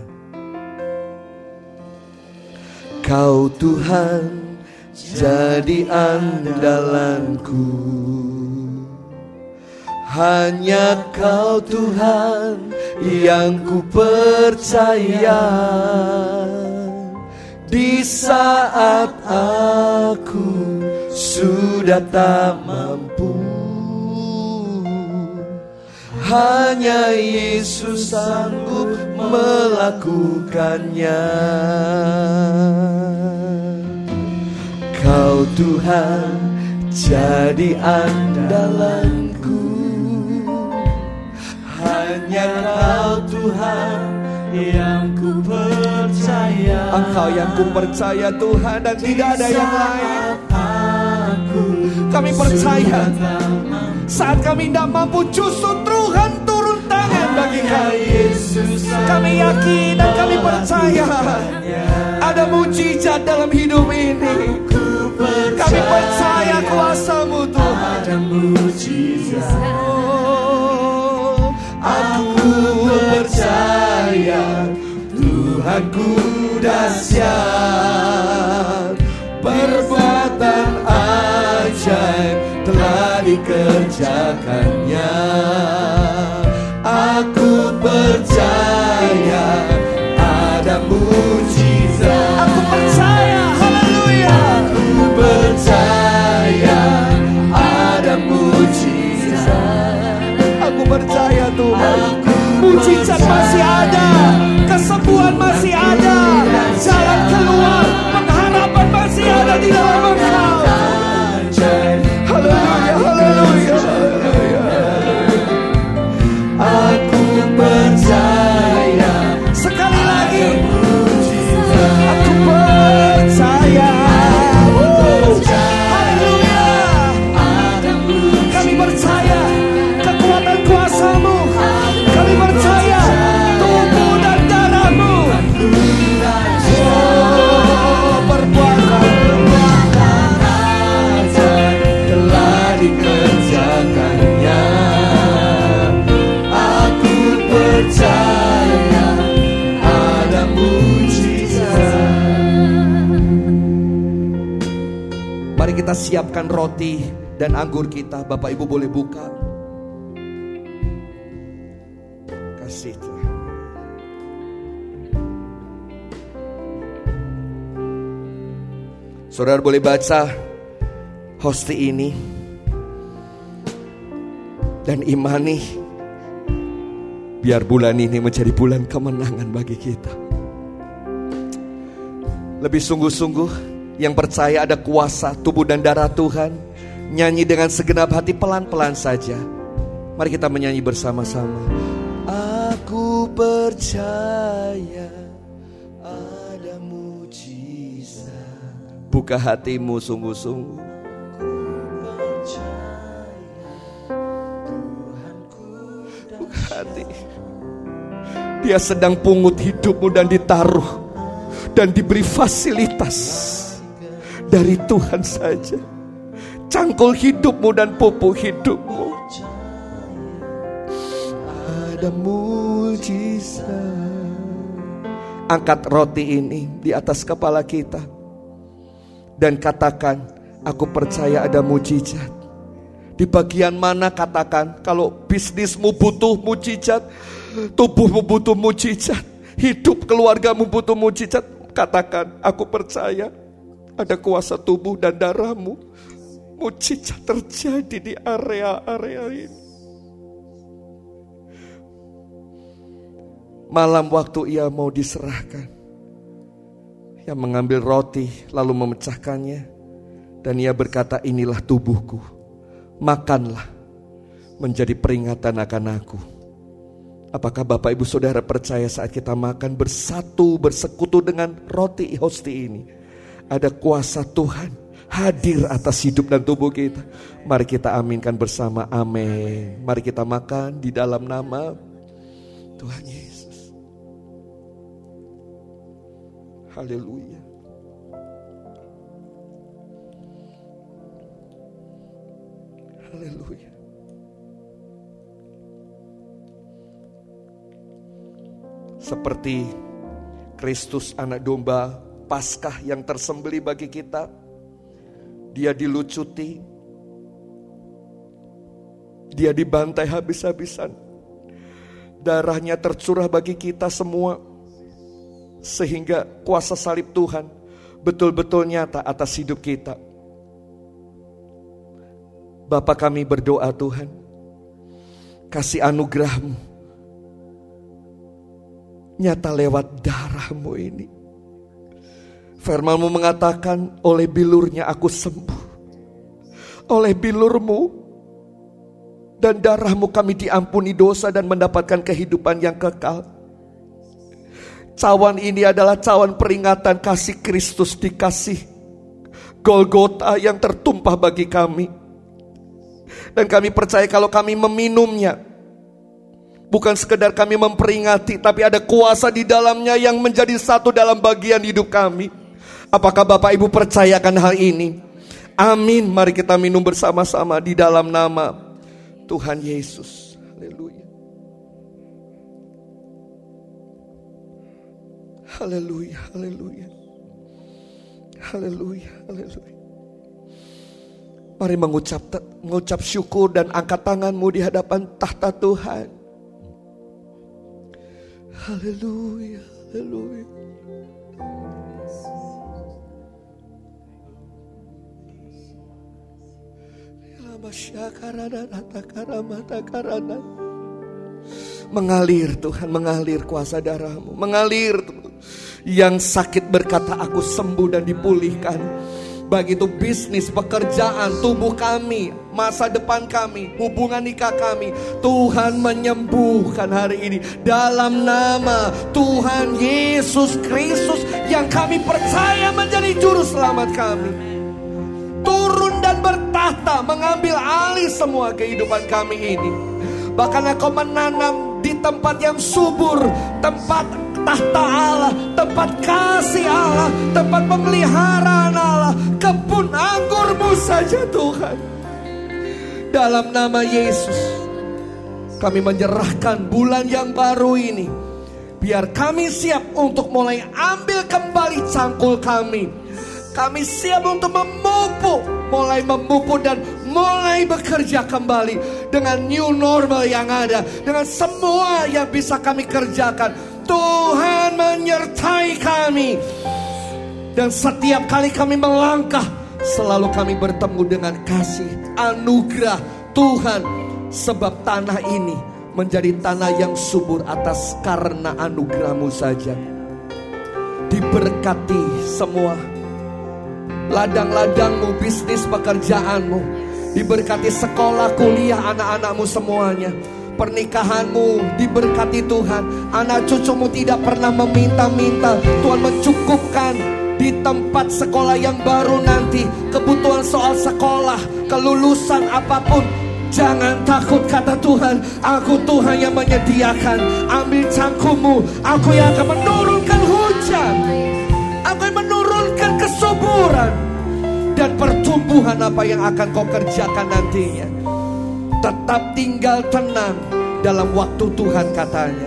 Kau Tuhan jadi andalanku, hanya Kau Tuhan yang ku percaya. Di saat aku sudah tak mampu, hanya Yesus sanggup melakukannya. Kau Tuhan jadi andalanku, hanya Kau Tuhan yang ku percaya. Engkau yang ku percaya Tuhan, dan tidak ada yang lain. Kami percaya saat kami tidak mampu, justru Tuhan turun tangan bagi kami. Kami yakin dan kami percaya ada mujizat dalam hidup ini. Kami percaya kuasa-Mu Tuhan. Aku percaya Tuhanku dahsyat, perbuatan ajaib telah dikerjakannya. Aku percaya ada mujizat. Aku percaya, haleluya. Aku percaya ada mujizat. Aku percaya Tuhan, mujizat masih ada, kesembuhan masih ada, jalan keluar, pengharapan masih ada di dalam Engkau. Haleluya, haleluya, haleluya. Aku percaya, sekali lagi, aku percaya. Haleluya. Kami percaya kekuatan kuasa kita siapkan roti dan anggur kita. Bapak Ibu boleh buka. Kasih Tuhan. Saudara boleh baca hosti ini dan imani, biar bulan ini menjadi bulan kemenangan bagi kita. Lebih sungguh-sungguh, yang percaya ada kuasa tubuh dan darah Tuhan, nyanyi dengan segenap hati pelan-pelan saja. Mari kita menyanyi bersama-sama. Aku percaya ada mujizat. Buka hatimu sungguh-sungguh. Buka hati. Dia sedang pungut hidupmu dan ditaruh dan diberi fasilitas dari Tuhan saja. Cangkul hidupmu dan pupuk hidupmu. Ada mujizat. Angkat roti ini di atas kepala kita dan katakan, aku percaya ada mujizat. Di bagian mana katakan, kalau bisnismu butuh mujizat, tubuhmu butuh mujizat, hidup keluargamu butuh mujizat, katakan, aku percaya ada kuasa tubuh dan darahmu. Mujizat terjadi di area-area ini. Malam waktu ia mau diserahkan, ia mengambil roti lalu memecahkannya, dan ia berkata, inilah tubuhku, makanlah menjadi peringatan akan aku. Apakah Bapak Ibu Saudara percaya saat kita makan bersatu, bersekutu dengan roti hosti ini, ada kuasa Tuhan hadir atas hidup dan tubuh kita. Mari kita aminkan bersama, amin. Mari kita makan di dalam nama Tuhan Yesus. Haleluya. Haleluya. Seperti Kristus anak domba Paskah yang tersembelih bagi kita, dia dilucuti, dia dibantai habis-habisan, darahnya tercurah bagi kita semua, sehingga kuasa salib Tuhan betul-betul nyata atas hidup kita. Bapa kami berdoa Tuhan, kasih anugerah-Mu nyata lewat darah-Mu ini. Firman-Mu mengatakan, oleh bilurnya aku sembuh. Oleh bilur-Mu dan darah-Mu kami diampuni dosa dan mendapatkan kehidupan yang kekal. Cawan ini adalah cawan peringatan kasih Kristus di kasih Golgota yang tertumpah bagi kami. Dan kami percaya kalau kami meminumnya, bukan sekedar kami memperingati, tapi ada kuasa di dalamnya yang menjadi satu dalam bagian hidup kami. Apakah Bapak Ibu percayakan hal ini? Amin. Mari kita minum bersama-sama di dalam nama Tuhan Yesus. Haleluya. Haleluya, haleluya. Haleluya, haleluya. Mari mengucap syukur dan angkat tanganmu di hadapan tahta Tuhan. Haleluya, haleluya. Mengalir Tuhan, mengalir kuasa darah-Mu, mengalir Tuhan. Yang sakit berkata aku sembuh dan dipulihkan. Baik itu bisnis, pekerjaan, tubuh kami, masa depan kami, hubungan nikah kami, Tuhan menyembuhkan hari ini dalam nama Tuhan Yesus Kristus yang kami percaya menjadi juru selamat kami. Turun dan bertahta, mengambil alih semua kehidupan kami ini. Bahkan Engkau menanam di tempat yang subur, tempat tahta Allah, tempat kasih Allah, tempat pemeliharaan Allah, kebun anggur-Mu saja Tuhan. Dalam nama Yesus, kami menyerahkan bulan yang baru ini. Biar kami siap untuk mulai ambil kembali cangkul kami. Kami siap untuk memupuk mulai memupuk dan mulai bekerja kembali dengan new normal yang ada, dengan semua yang bisa kami kerjakan. Tuhan menyertai kami, dan setiap kali kami melangkah, selalu kami bertemu dengan kasih anugerah Tuhan. Sebab tanah ini menjadi tanah yang subur atas karena anugerah-Mu saja. Diberkati semua ladang-ladang-Mu, bisnis pekerjaan-Mu. Diberkati sekolah, kuliah anak-anak-Mu semuanya. Pernikahan-Mu diberkati Tuhan. Anak cucu-Mu tidak pernah meminta-minta. Tuhan mencukupkan di tempat sekolah yang baru nanti. Kebutuhan soal sekolah, kelulusan apapun, jangan takut, kata Tuhan. Aku Tuhan yang menyediakan. Ambil cangkummu, aku yang akan menurunkan hujan. Aku yang menurunkan kesuburan dan pertumbuhan apa yang akan kau kerjakan nantinya. Tetap tinggal tenang dalam waktu Tuhan, katanya.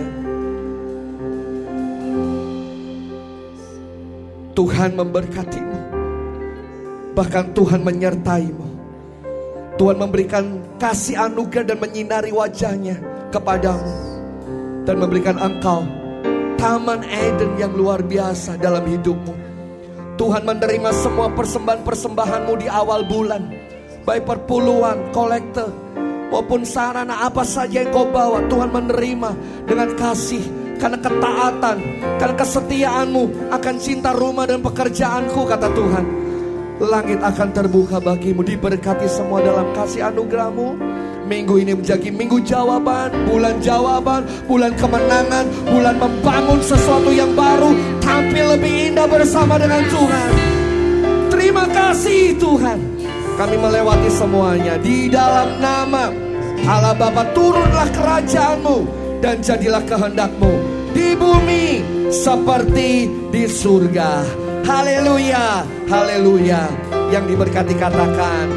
Tuhan memberkatimu, bahkan Tuhan menyertaimu. Tuhan memberikan kasih anugerah dan menyinari wajahnya kepadamu, dan memberikan engkau taman Eden yang luar biasa dalam hidupmu. Tuhan menerima semua persembahan-persembahanmu di awal bulan, baik perpuluhan, kolekte, maupun sarana apa saja yang kau bawa. Tuhan menerima dengan kasih, karena ketaatan, karena kesetiaanmu akan cinta rumah dan pekerjaanku, kata Tuhan. Langit akan terbuka bagimu, diberkati semua dalam kasih anugerah-Mu. Minggu ini menjadi minggu jawaban, bulan kemenangan, bulan membangun sesuatu yang baru, tampil lebih indah bersama dengan Tuhan. Terima kasih Tuhan, kami melewati semuanya. Di dalam nama Allah Bapa, turunlah kerajaan-Mu dan jadilah kehendak-Mu di bumi seperti di surga. Haleluya, haleluya. Yang diberkati katakan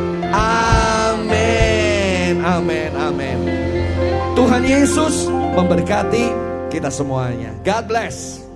amin, amin, amin. Tuhan Yesus memberkati kita semuanya. God bless.